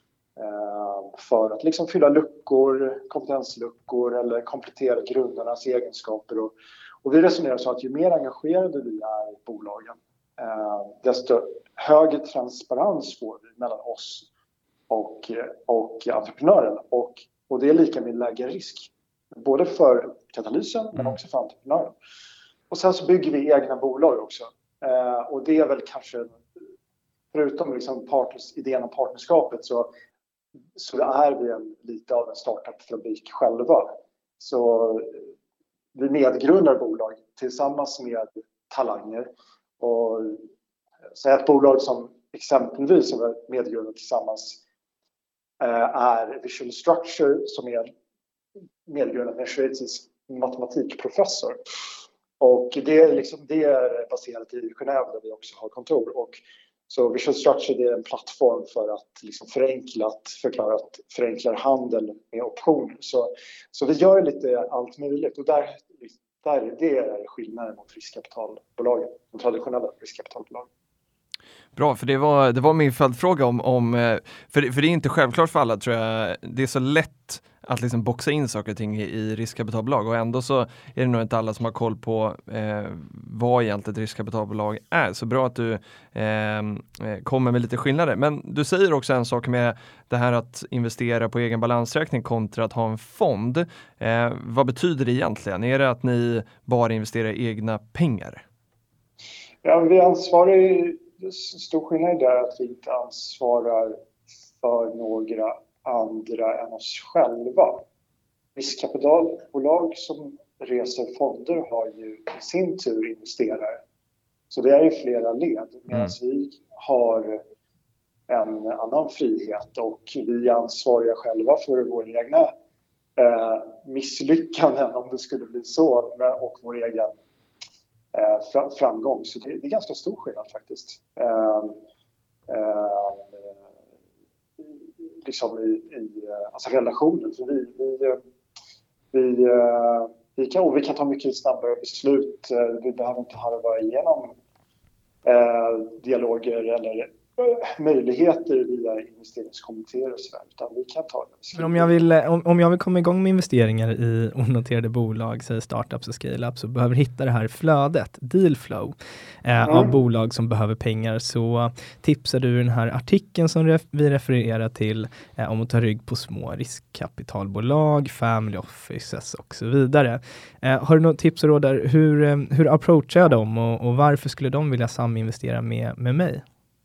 för att liksom fylla luckor, kompetensluckor eller komplettera grundarnas egenskaper. Och, och vi resonerar så att ju mer engagerade vi är i bolagen, eh, desto högre transparens får vi mellan oss och, och entreprenören. Och, och det är lika med lägre risk. Både för Katalysen men också för entreprenören. Och sen så bygger vi egna bolag också. Eh, och det är väl kanske, förutom liksom partners, idén om partnerskapet, så så är vi en, lite av en startup-fabrik själva. Så vi medgrundar bolag tillsammans med talanger. Och så ett bolag som exempelvis som är medgrundat tillsammans är Visual Structure, som är medgrundat med en schweizisk matematikprofessor. Och det är, liksom, det är baserat i Genève där vi också har kontor. Och så Visual Structure, det är en plattform för att liksom förenklat förklara att förenklar handel med optioner. Så, så vi gör lite allt möjligt, och där, där det är skillnaden mot riskkapitalbolagen, de traditionella riskkapitalbolagen. Bra, för det var, det var min följdfråga om, om för, för det är inte självklart för alla, tror jag. Det är så lätt att liksom boxa in saker och ting i, i riskkapitalbolag, och ändå så är det nog inte alla som har koll på eh, vad egentligen ett riskkapitalbolag är. Så bra att du eh, kommer med lite skillnader. Men du säger också en sak med det här att investera på egen balansräkning kontra att ha en fond. Eh, vad betyder det egentligen? Är det att ni bara investerar i egna pengar? Ja, vi ansvarar, stor skillnad där att vi inte ansvarar för några andra än oss själva. Riskkapitalbolag som reser fonder har ju i sin tur investerare. Så det är ju flera led. Medan mm. vi har en annan frihet, och vi är ansvariga själva för våra egna eh, misslyckanden, om det skulle bli så, och vår egen eh, framgång. Så det, det är ganska stor skillnad faktiskt. Eh, eh, liksom i, i alltså relationen. För vi, vi, vi, vi, kan, och vi kan ta mycket snabbare beslut. Vi behöver inte harva igenom eh, dialoger eller möjligheter via investeringskommittéer och sådär, utan vi kan ta det. Men om jag vill, om, om jag vill komma igång med investeringar i onoterade bolag, säg startups och scale-ups, så behöver hitta det här flödet, deal flow, eh, mm. av bolag som behöver pengar, så tipsar du den här artikeln som ref- vi refererar till eh, om att ta rygg på små riskkapitalbolag, family offices och så vidare. Eh, har du något tips och råd där? Hur, eh, hur approachar jag dem och, och varför skulle de vilja saminvestera med, med mig?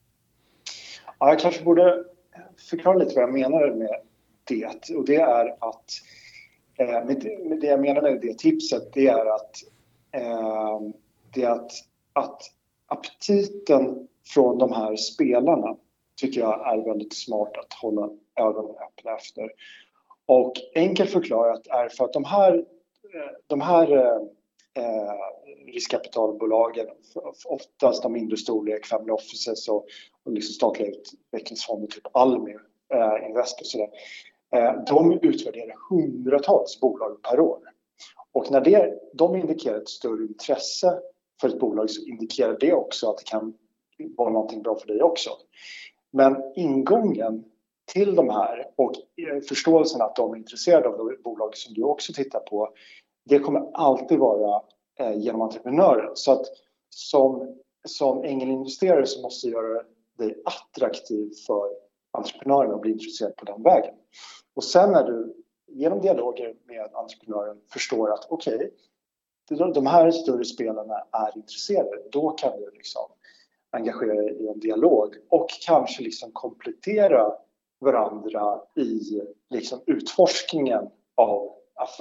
Ja, jag kanske borde förklara lite vad jag menar med det. Och det är att, eh, med det, med det jag menar med det tipset, det är att, eh, det är att, att aptiten från de här spelarna tycker jag är väldigt smart att hålla ögonen öppna efter. Och enkelt förklarat är för att de här, de här eh, riskkapitalbolagen, oftast de mindre storlek, family offices och, och liksom statliga utvecklingsfonder, typ Almi, eh, Invest och sådär, eh, de utvärderar hundratals bolag per år. Och när det, de indikerar ett större intresse för ett bolag, så indikerar det också att det kan vara någonting bra för dig också. Men ingången till de här och förståelsen att de är intresserade av de bolag som du också tittar på, det kommer alltid vara eh, genom entreprenören. Så att som, som ängelinvesterare så måste du göra dig attraktiv för entreprenören och bli intresserad på den vägen. Och sen när du genom dialoger med entreprenören förstår att okej, okay, de här större spelarna är intresserade, då kan du liksom engagera dig i en dialog och kanske liksom komplettera varandra i liksom utforskningen av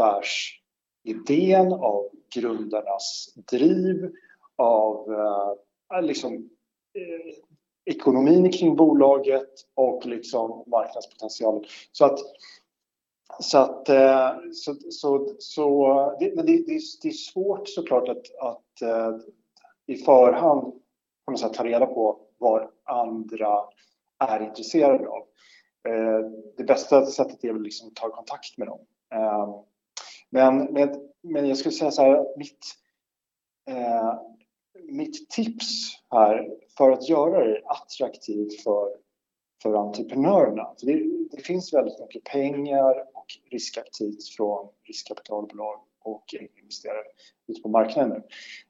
affärsidén, av grundarnas driv, av eh, liksom, eh, ekonomin kring bolaget och liksom marknadspotentialen. Så att, så att eh, så, så, så det, men det, det, det är svårt såklart att, att eh, i förhand kan man säga, ta reda på vad andra är intresserade av. Det bästa sättet är väl liksom att ta kontakt med dem. Men, med, men jag skulle säga så här, mitt, mitt tips här för att göra det attraktivt för, för entreprenörerna. För det, det finns väldigt mycket pengar och riskaptit från riskkapitalbolag och investerare ute på marknaden.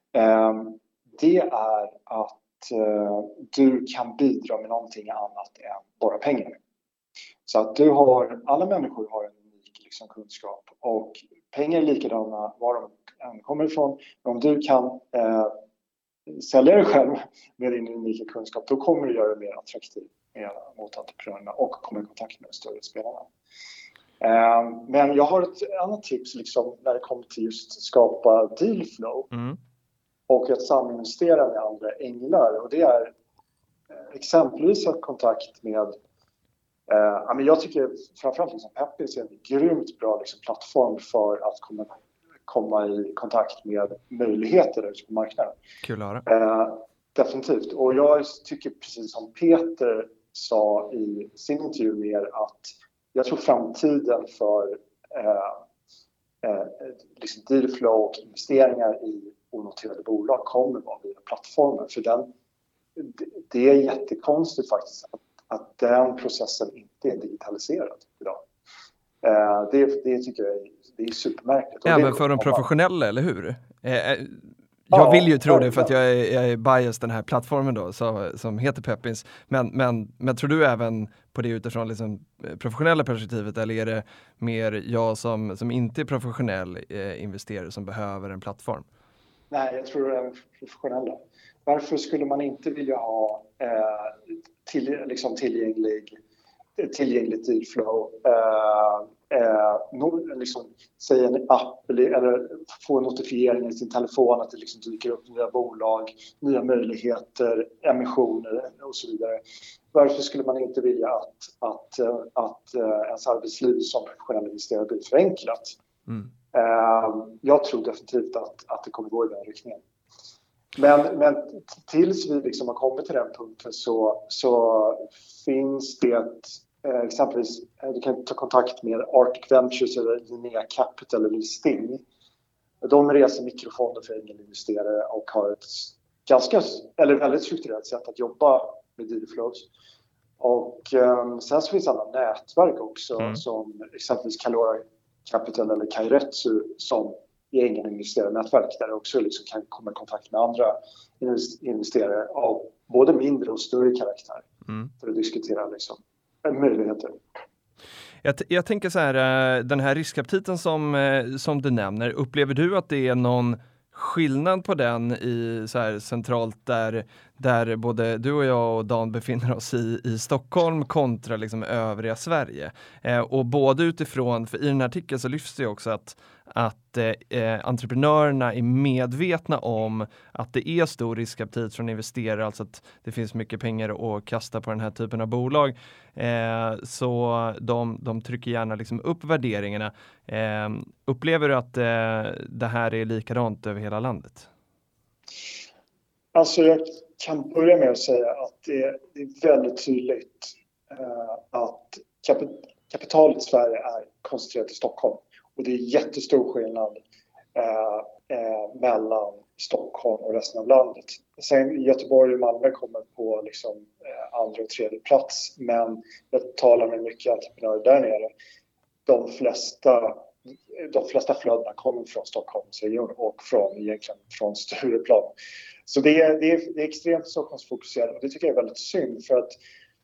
Det är att du kan bidra med någonting annat än bara pengar. Så att du har, alla människor har en unik liksom, kunskap och pengar är likadana var de än kommer ifrån. Men om du kan eh, sälja dig själv med din unika kunskap, då kommer du göra det mer attraktivt mot entreprenörerna och komma i kontakt med de större spelarna. Eh, men jag har ett annat tips liksom, när det kommer till just skapa deal flow. Mm. Och att saminvestera med andra änglar. Och det är eh, exempelvis att kontakt med... Eh, men jag tycker framförallt liksom Peppins är en grymt bra liksom, plattform för att komma, komma i kontakt med möjligheter ute på marknaden. Kul att höra. Eh, definitivt. Och jag tycker precis som Peter sa i sin intervju mer att jag tror framtiden för eh, eh, liksom deal flow och investeringar i onoterade bolag kommer vara via plattformen. För den, det är jättekonstigt faktiskt att, att den processen inte är digitaliserad idag. Eh, det, det tycker jag är, det är supermärkligt. Även för de professionella, eller hur? Eh, jag vill ju tro det för att jag är, jag är biased den här plattformen då så, som heter Peppins. Men, men, men tror du även på det utifrån liksom professionella perspektivet, eller är det mer jag som, som inte är professionell eh, investerare som behöver en plattform? Nej, jag tror det är professionella. Varför skulle man inte vilja ha eh, till, liksom tillgänglig, tillgängligt dealflow? Eh, eh, no, liksom, säg en app eller, eller få en notifiering i sin telefon att det liksom dyker upp nya bolag, nya möjligheter, emissioner och så vidare. Varför skulle man inte vilja att, att, att, att ens arbetsliv som professionell investerare blir förenklat? Mm. Jag tror definitivt att, att det kommer gå i den riktningen. Men, men tills vi liksom har kommit till den punkten så, så finns det eh, exempelvis, du kan ta kontakt med Arctic Ventures eller Linnea Capital eller Sting. De reser mikrofonder för ängelinvesterare och har ett ganska, eller väldigt strukturerat sätt att jobba med Dealflows. Och um, sen så finns det andra nätverk också mm. som exempelvis Calora Capital eller Kairetsu som är egen investerarnätverk där det också liksom kan komma i kontakt med andra investerare av både mindre och större karaktär mm. för att diskutera liksom, möjligheter. Jag, t- jag tänker så här, den här riskaptiten som, som du nämner, upplever du att det är någon skillnad på den i så här centralt där, där både du och jag och Dan befinner oss i, i Stockholm kontra liksom övriga Sverige? Eh, och både utifrån, för i den här artikeln så lyfts det också att, att eh, entreprenörerna är medvetna om att det är stor riskaptit från investerare, alltså att det finns mycket pengar att kasta på den här typen av bolag. Eh, så de, de trycker gärna liksom upp värderingarna. Eh, upplever du att eh, det här är likadant över hela landet? Alltså jag kan börja med att säga att det, det är väldigt tydligt eh, att kapit- kapitalet i Sverige är koncentrerat i Stockholm. Och det är jättestor skillnad eh, eh, mellan Stockholm och resten av landet. Sen Göteborg och Malmö kommer på liksom, eh, andra och tredje plats. Men jag talar med mycket entreprenörer där nere. De flesta, de flesta flödena kommer från Stockholmsregionen och från, egentligen från Stureplan. Så det är, det, är, det är extremt Stockholmsfokuserat och det tycker jag är väldigt synd för att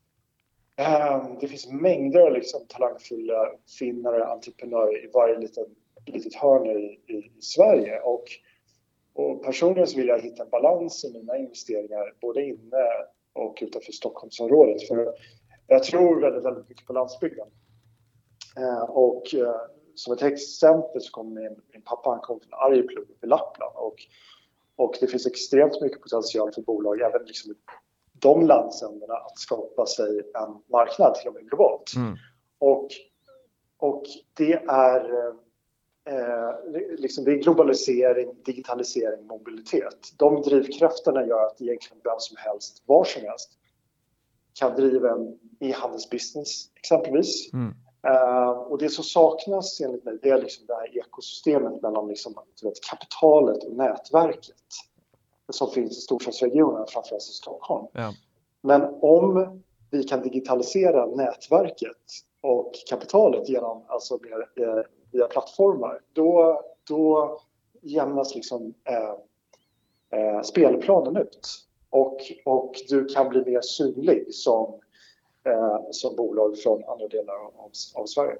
um, det finns mängder av liksom, talangfulla finnare, entreprenörer i varje liten, litet hörn i, i, i Sverige. Och, och personligen så vill jag hitta en balans i mina investeringar både inne och utanför Stockholmsområdet. För jag tror väldigt, väldigt mycket på landsbygden. Uh, och uh, som ett exempel så kommer min, min pappa, han kom från Arjeplog i Lappland och Och det finns extremt mycket potential för bolag, även liksom de landsändarna, att skapa sig en marknad till och med globalt. Mm. Och, och det är eh, liksom det är globalisering, digitalisering, mobilitet. De drivkrafterna gör att egentligen vem som helst, var som helst, kan driva en e-handelsbusiness exempelvis. Mm. Uh, och det som saknas enligt mig, det är liksom det här ekosystemet mellan liksom, vet, kapitalet och nätverket som finns i storstadsregionen, framförallt i Stockholm. Ja. Men om vi kan digitalisera nätverket och kapitalet genom, alltså mer, eh, via plattformar, då, då jämnas liksom, eh, eh, spelplanen ut. Och, och du kan bli mer synlig som som bolag från andra delar av, av Sverige.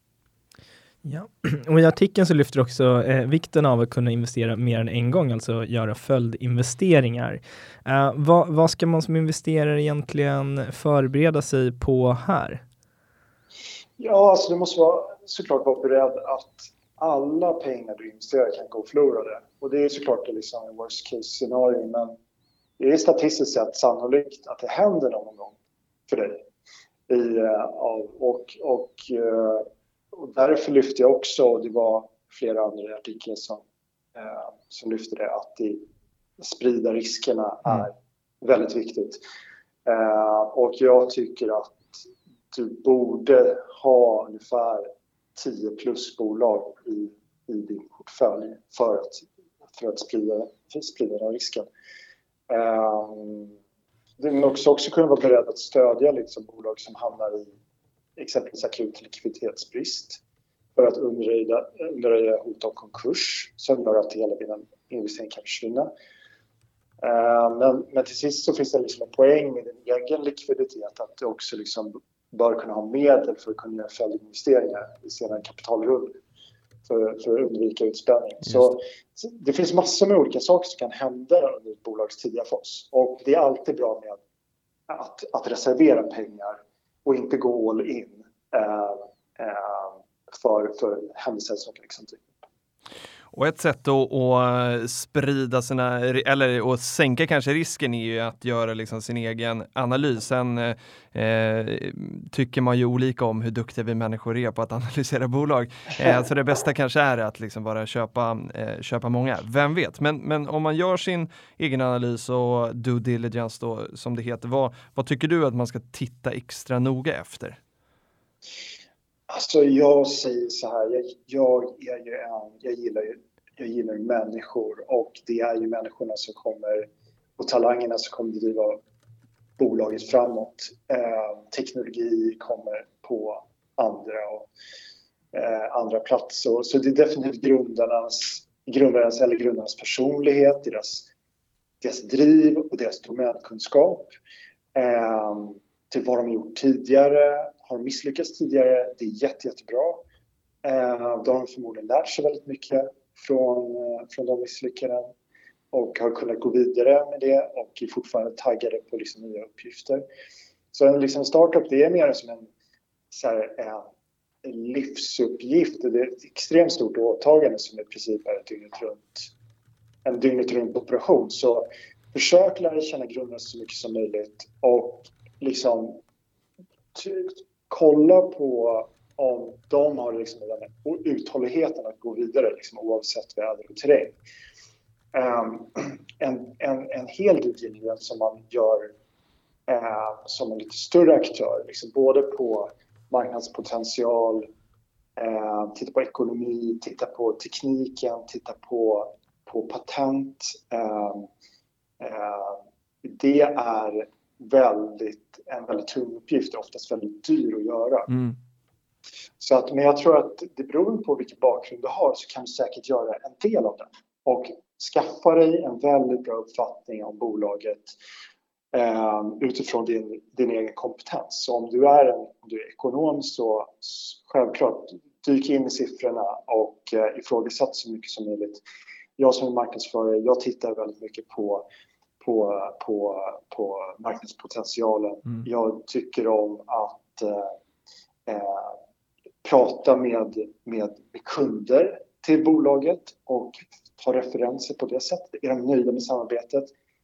Ja, och i artikeln så lyfter också eh, vikten av att kunna investera mer än en gång, alltså göra följdinvesteringar. Eh, vad, vad ska man som investerare egentligen förbereda sig på här? Ja, alltså du måste vara, såklart vara beredd att alla pengar du investerar kan gå förlorade. Och det är såklart det liksom en worst case scenario, men det är statistiskt sett sannolikt att det händer någon gång för dig. I, och, och, och, och därför lyfte jag också, och det var flera andra artiklar som, som lyfte det, att det, sprida riskerna är mm. väldigt viktigt. Och jag tycker att du borde ha ungefär tio plus bolag i, i din portfölj för att, för att sprida, för att sprida den risken. Du måste också kunna vara beredd att stödja liksom bolag som hamnar i exempelvis akut likviditetsbrist för att undanröja, undanröja hot om konkurs som gör att hela din investering kan försvinna. Uh, men, men till sist så finns det liksom en poäng med din egen likviditet att du också liksom bör kunna ha medel för att kunna göra följdinvesteringar i senare kapitalrull för, för att undvika utspänning. Så, så det finns massor med olika saker som kan hända under ett bolags tidiga fas. Och det är alltid bra med att, att, att reservera pengar och inte gå all in uh, uh, för, för händelser som kan liksom typ. Och ett sätt att, att sprida sina, eller att sänka kanske risken är ju att göra liksom sin egen analys. Sen eh, tycker man ju olika om hur duktiga vi människor är på att analysera bolag. Eh, så det bästa kanske är att liksom bara köpa, eh, köpa många. Vem vet? Men, men om man gör sin egen analys och due diligence då, som det heter, vad, vad tycker du att man ska titta extra noga efter? Alltså jag säger så här, jag, jag, är ju en, jag, gillar ju, jag gillar ju människor och det är ju människorna som kommer och talangerna som kommer driva bolaget framåt. Eh, teknologi kommer på andra och eh, andra platser. Så det är definitivt grundarnas, grundarnas eller grundarnas personlighet, deras, deras driv och deras domänkunskap. Eh, till vad de har gjort tidigare, har misslyckats tidigare, det är jätte, jättebra. Eh, de har förmodligen lärt sig väldigt mycket från, från de misslyckanden och har kunnat gå vidare med det och är fortfarande taggade på liksom nya uppgifter. Så en liksom startup, det är mer som en, så här, en livsuppgift. Det är ett extremt stort åtagande som i princip är ett dygnet runt, en dygnet runt operation. Så försök lära känna grundarna så mycket som möjligt och liksom t- kolla på om de har liksom den uthålligheten att gå vidare liksom, oavsett väder och terräng. Um, en, en, en hel del som man gör uh, som en lite större aktör, liksom, både på marknadspotential, uh, titta på ekonomi, titta på tekniken, titta på, på patent. Uh, uh, det är väldigt, en väldigt tung uppgift, oftast väldigt dyr att göra. Mm. Så att, men jag tror att det beror på vilken bakgrund du har så kan du säkert göra en del av det. Och skaffa dig en väldigt bra uppfattning om bolaget eh, utifrån din, din egen kompetens. Så om du är, en, om du är ekonom så självklart dyk in i siffrorna och eh, ifrågasätt så mycket som möjligt. Jag som är marknadsförare, jag tittar väldigt mycket på På, på, på marknadspotentialen. Mm. Jag tycker om att eh, eh, prata med, med, med kunder till bolaget och ta referenser på det sättet. Är de nöjda med samarbetet?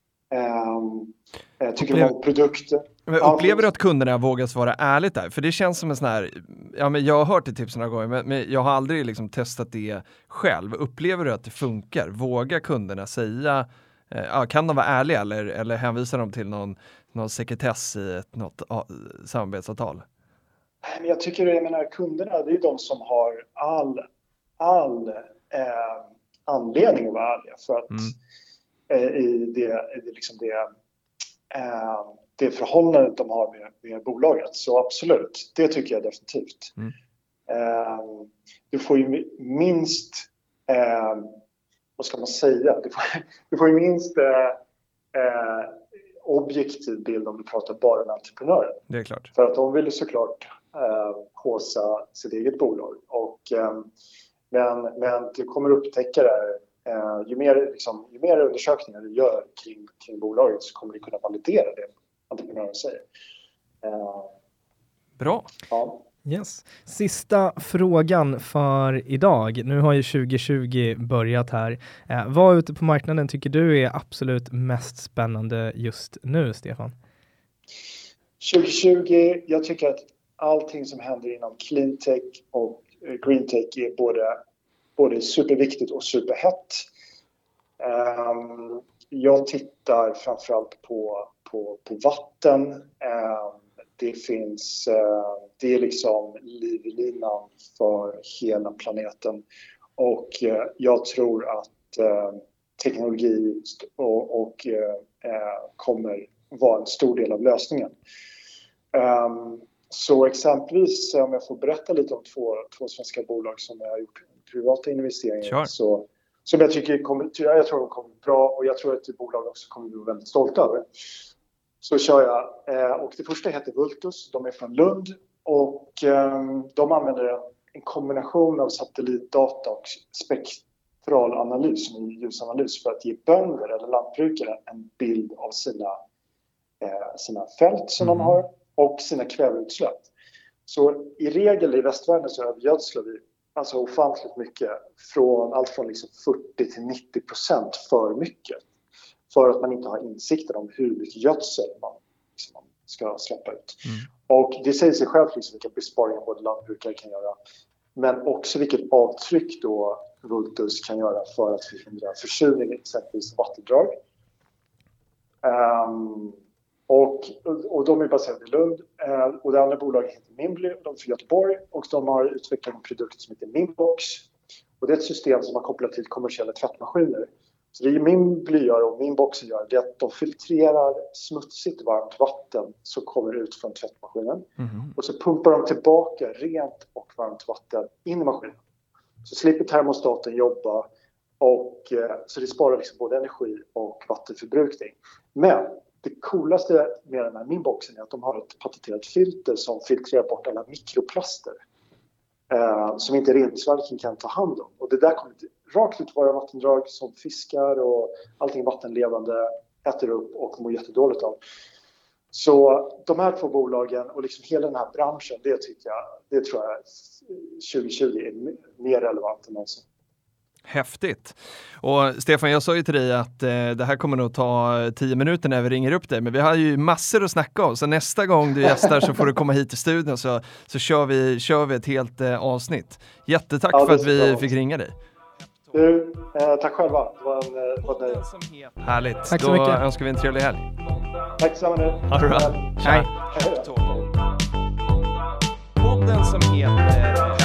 Eh, tycker de om produkter? Men upplever du att kunderna vågar svara ärligt där? För det känns som en sån här, ja, men jag har hört det tipsen några gånger, men, men jag har aldrig liksom testat det själv. Upplever du att det funkar? Vågar kunderna säga, ja, kan de vara ärliga eller, eller hänvisar de till någon, någon sekretess i ett något a, samarbetsavtal? Jag tycker jag menar, kunderna, det är de som har all, all eh, anledning att vara ärliga. För att mm. eh, i det, i det, liksom det, eh, det förhållandet de har med, med bolaget. Så absolut, det tycker jag definitivt. Mm. Eh, du får ju minst... Eh, vad ska man säga? Du får, du får ju minst eh, objektiv bild om du pratar bara med entreprenörer. Det är klart. För att de vill ju såklart eh, håsa sitt eget bolag. Och, eh, men, men du kommer upptäcka det här. Eh, ju, mer, liksom, ju mer undersökningar du gör kring, kring bolaget så kommer du kunna validera det entreprenören säger. Eh, Bra. Ja. Yes. Sista frågan för idag. Nu har ju tjugo tjugo börjat här. Eh, vad ute på marknaden tycker du är absolut mest spännande just nu, Stefan? tjugo tjugo, jag tycker att allting som händer inom cleantech och greentech är både, både superviktigt och superhett. Um, jag tittar framförallt på, på, på vatten. Um, Det finns, det är liksom livlinan för hela planeten och jag tror att teknologi och, och kommer vara en stor del av lösningen. Så exempelvis om jag får berätta lite om två, två svenska bolag som jag har gjort privata investeringar sure. så, som jag tycker kommer, jag tror de kommer bra och jag tror att det bolag också kommer bli väldigt stolta över. Så kör jag. Och det första heter Vultus. De är från Lund. Och de använder en kombination av satellitdata och spektralanalys, ljusanalys, för att ge bönder eller lantbrukare en bild av sina, sina fält som mm. de har och sina kväveutsläpp. Så i regel i västvärlden så övergödslar vi alltså ofantligt mycket. Från allt från liksom fyrtio till nittio procent för mycket. För att man inte har insikter om hur mycket gödsel man, liksom, man ska släppa ut. Mm. Och det säger sig självt liksom, vilka besparingar både lantbrukare kan göra. Men också vilket avtryck då Vultus kan göra för att förhindra försurning, exempelvis vattendrag. Um, och, och de är baserade i Lund. Uh, och det andra bolaget heter Mimbly, de är från Göteborg. Och de har utvecklat en produkt som heter Mimbox. Och det är ett system som har kopplat till kommersiella tvättmaskiner. Så det är min blyare och min boxer gör det är att de filtrerar smutsigt varmt vatten som kommer ut från tvättmaskinen. Mm. Och så pumpar de tillbaka rent och varmt vatten in i maskinen. Så slipper termostaten jobba och så det sparar liksom både energi och vattenförbrukning. Men det coolaste med den här min boxen är att de har ett patenterat filter som filtrerar bort alla mikroplaster. Eh, som inte reningsverken kan ta hand om. Och det där kommer rakt ut våra vattendrag som fiskar och allting vattenlevande äter upp och mår jättedåligt av. Så de här två bolagen och liksom hela den här branschen, det tycker jag, det tror jag tjugo tjugo är mer relevant än någonsin. Häftigt. Och Stefan, jag sa ju till dig att eh, det här kommer nog ta tio minuter när vi ringer upp dig, men vi har ju massor att snacka om, så nästa gång du gästar så får du komma hit till studion så, så kör, vi, kör vi ett helt eh, avsnitt. Jättetack ja, för att vi bra. fick ringa dig. Du, eh, tack själva. Det var en, eh, var en... Härligt. Tack så Då mycket. önskar vi en trevlig helg. Tack detsamma nu. Ha det bra. Hej. Podden som heter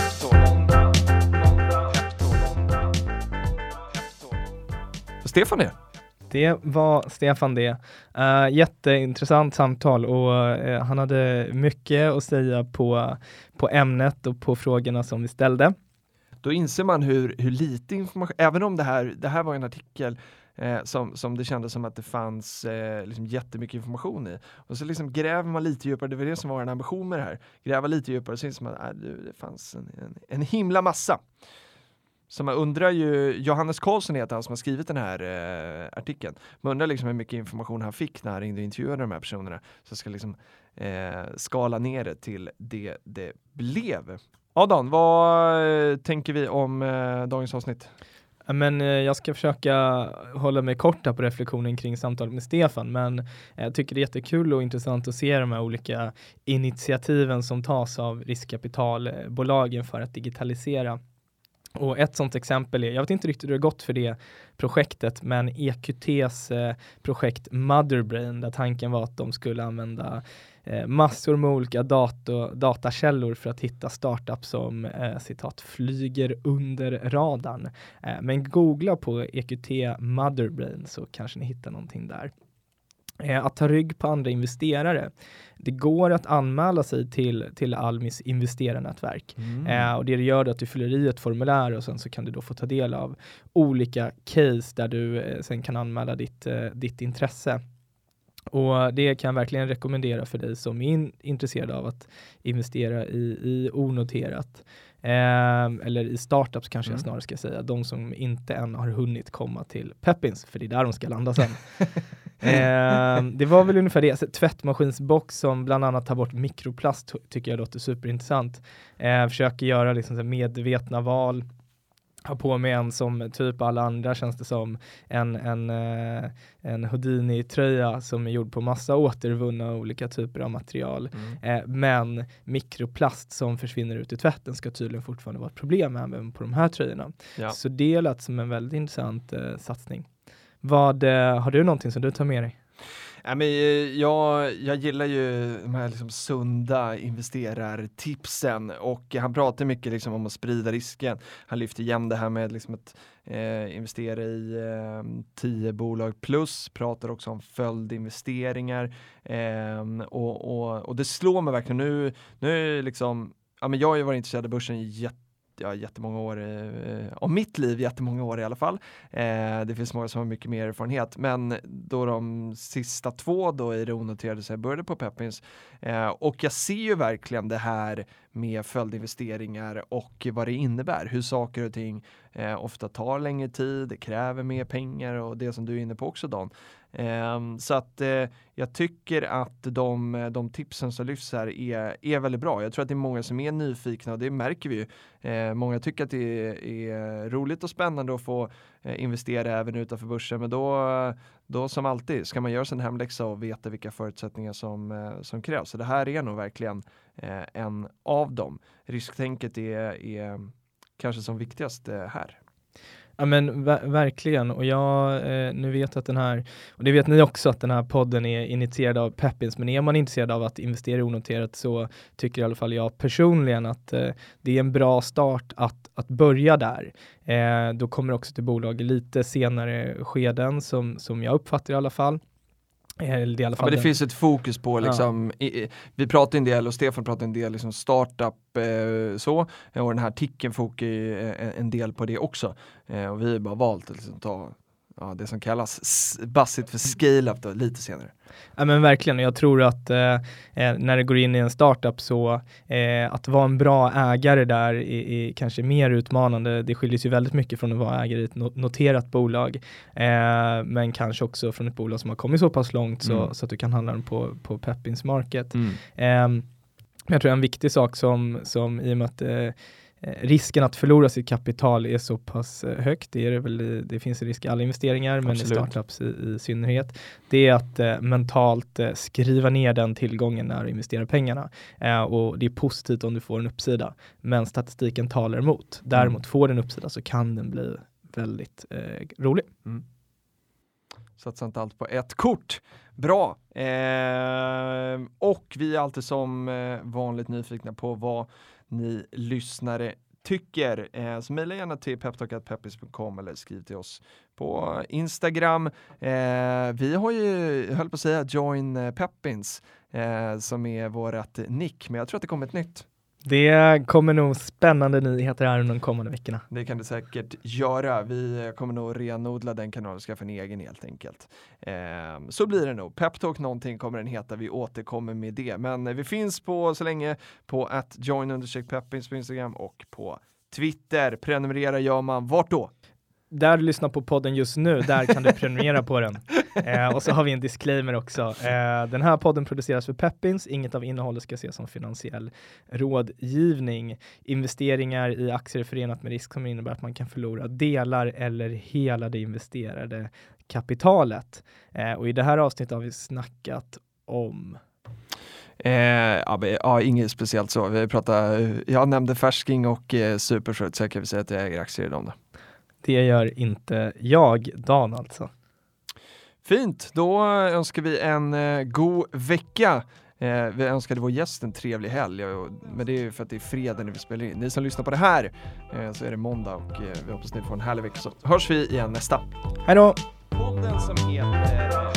Stefan är. Det var Stefan det. Uh, jätteintressant samtal och uh, han hade mycket att säga på, på ämnet och på frågorna som vi ställde. Då inser man hur, hur lite information, även om det här, det här var en artikel eh, som, som det kändes som att det fanns eh, liksom jättemycket information i. Och så liksom gräver man lite djupare, det var det som var en ambition med det här. Gräva lite djupare och så inser man att äh, det fanns en, en, en himla massa. Så man undrar ju, Johannes Karlsson heter han som har skrivit den här eh, artikeln. Man undrar liksom hur mycket information han fick när han ringde och intervjuade de här personerna. Så ska liksom eh, skala ner det till det det blev. Adam, vad eh, tänker vi om eh, dagens avsnitt? Men eh, jag ska försöka hålla mig korta på reflektionen kring samtalet med Stefan, men jag tycker det är jättekul och intressant att se de här olika initiativen som tas av riskkapitalbolagen för att digitalisera. Och ett sånt exempel är, jag vet inte riktigt hur det har gått för det projektet, men E Q T:s eh, projekt Motherbrain, där tanken var att de skulle använda eh, massor med olika dator, datakällor för att hitta startups som eh, citat flyger under radarn. Eh, men googla på E Q T Motherbrain så kanske ni hittar någonting där. Att ta rygg på andra investerare. Det går att anmäla sig till, till Almis investerarnätverk. Mm. Eh, och det det gör är att du fyller i ett formulär och sen så kan du då få ta del av olika case där du eh, sen kan anmäla ditt, eh, ditt intresse. Och det kan jag verkligen rekommendera för dig som är in, intresserad av att investera i, i onoterat. Eh, eller i startups kanske mm. jag snarare ska säga. De som inte än har hunnit komma till Peppins, för det är där de ska landa sen. eh, det var väl ungefär det. Alltså, tvättmaskinsbox som bland annat tar bort mikroplast tycker jag låter superintressant. Eh, försöker göra liksom så medvetna val. Ha på mig en som typ alla andra, känns det som en, en, eh, en Houdini-tröja som är gjord på massa återvunna olika typer av material. Mm. Eh, men mikroplast som försvinner ut i tvätten ska tydligen fortfarande vara ett problem även på de här tröjorna. Ja. Så det lät som en väldigt intressant eh, satsning. Vad, eh, har du någonting som du tar med dig? Ja, men jag, jag gillar ju de här liksom sunda investerartipsen och han pratar mycket liksom om att sprida risken. Han lyfter igen det här med liksom att eh, investera i eh, tio bolag plus, pratar också om följdinvesteringar eh, och, och, och det slår mig verkligen nu, nu är liksom, ja, men jag har ju varit intresserad av börsen i jätte Ja, jättemånga år, eh, om mitt liv jättemånga år i alla fall. Eh, det finns många som har mycket mer erfarenhet, men då de sista två då i det onoterade så jag började på Peppins eh, och jag ser ju verkligen det här med följdinvesteringar och vad det innebär, hur saker och ting eh, ofta tar längre tid, det kräver mer pengar och det som du är inne på också Dan. Eh, så att eh, jag tycker att de, de tipsen som lyfts här är, är väldigt bra. Jag tror att det är många som är nyfikna och det märker vi ju. Eh, många tycker att det är, är roligt och spännande att få eh, investera även utanför börsen, men då, då som alltid ska man göra sin hemläxa och veta vilka förutsättningar som, eh, som krävs. Så det här är nog verkligen eh, en av dem. Risktänket är, är kanske som viktigast eh, här. Ja men ver- verkligen, och jag eh, nu vet att den här, och det vet ni också, att den här podden är initierad av Pepins, men är man intresserad av att investera i onoterat så tycker i alla fall jag personligen att eh, det är en bra start att, att börja där. Eh, då kommer också till bolag lite senare skeden som, som jag uppfattar i alla fall. Eller i alla fall ja, men det den. finns ett fokus på liksom, ja. i, i, vi pratar en del och Stefan pratar en del liksom startup eh, så, och den här artikeln fokar en, en del på det också, eh, och vi har bara valt att liksom ta ja, det som kallas s- bassigt för scale-up då, lite senare. Ja men verkligen, och jag tror att eh, när det går in i en startup så eh, att vara en bra ägare där är, är kanske mer utmanande. Det skiljer sig väldigt mycket från att vara ägare i ett noterat bolag, eh, men kanske också från ett bolag som har kommit så pass långt så, mm. så att du kan handla den på, på Pepins Market. Mm. Eh, jag tror en viktig sak som, som i och med att eh, risken att förlora sitt kapital är så pass högt, det, är det, väl, det finns risk i alla investeringar, men Absolut. i startups i, i synnerhet, det är att eh, mentalt eh, skriva ner den tillgången när du investerar pengarna. Eh, och det är positivt om du får en uppsida, men statistiken talar emot. Däremot mm. får den uppsida så kan den bli väldigt eh, rolig. Mm. Satsa inte allt på ett kort. Bra. Eh, och vi är alltid som eh, vanligt nyfikna på vad ni lyssnare tycker. Eh, så mejla gärna till peptalk at peppins dot com eller skriv till oss på Instagram. Eh, vi har ju, jag höll på att säga, Join Peppins eh, som är vårat nick, men jag tror att det kommer ett nytt. Det kommer nog spännande nyheter här under de kommande veckorna. Det kan det säkert göra. Vi kommer nog renodla den kanalen och skaffa en egen helt enkelt. Eh, så blir det nog. Peptalk någonting kommer den heta. Vi återkommer med det. Men vi finns på så länge på at join understreck peppins på Instagram och på Twitter. Prenumerera gör man vart då? Där du lyssnar på podden just nu, där kan du prenumerera på den. Eh, och så har vi en disclaimer också. Eh, den här podden produceras för Pepins. Inget av innehållet ska ses som finansiell rådgivning. Investeringar i aktier är förenat med risk som innebär att man kan förlora delar eller hela det investerade kapitalet. Eh, och i det här avsnittet har vi snackat om... Eh, ja, ja, inget speciellt så. Vi pratar, jag nämnde Färsking och eh, Supershort, så jag kan vi säga att jag äger aktier i dem då. Det gör inte jag, Dan alltså. Fint, då önskar vi en eh, god vecka. Eh, vi önskade vår gäst en trevlig helg, och, men det är ju för att det är fredag när vi spelar in. Ni som lyssnar på det här eh, så är det måndag, och eh, vi hoppas ni får en härlig vecka, så hörs vi igen nästa. Hej då! Podden som heter...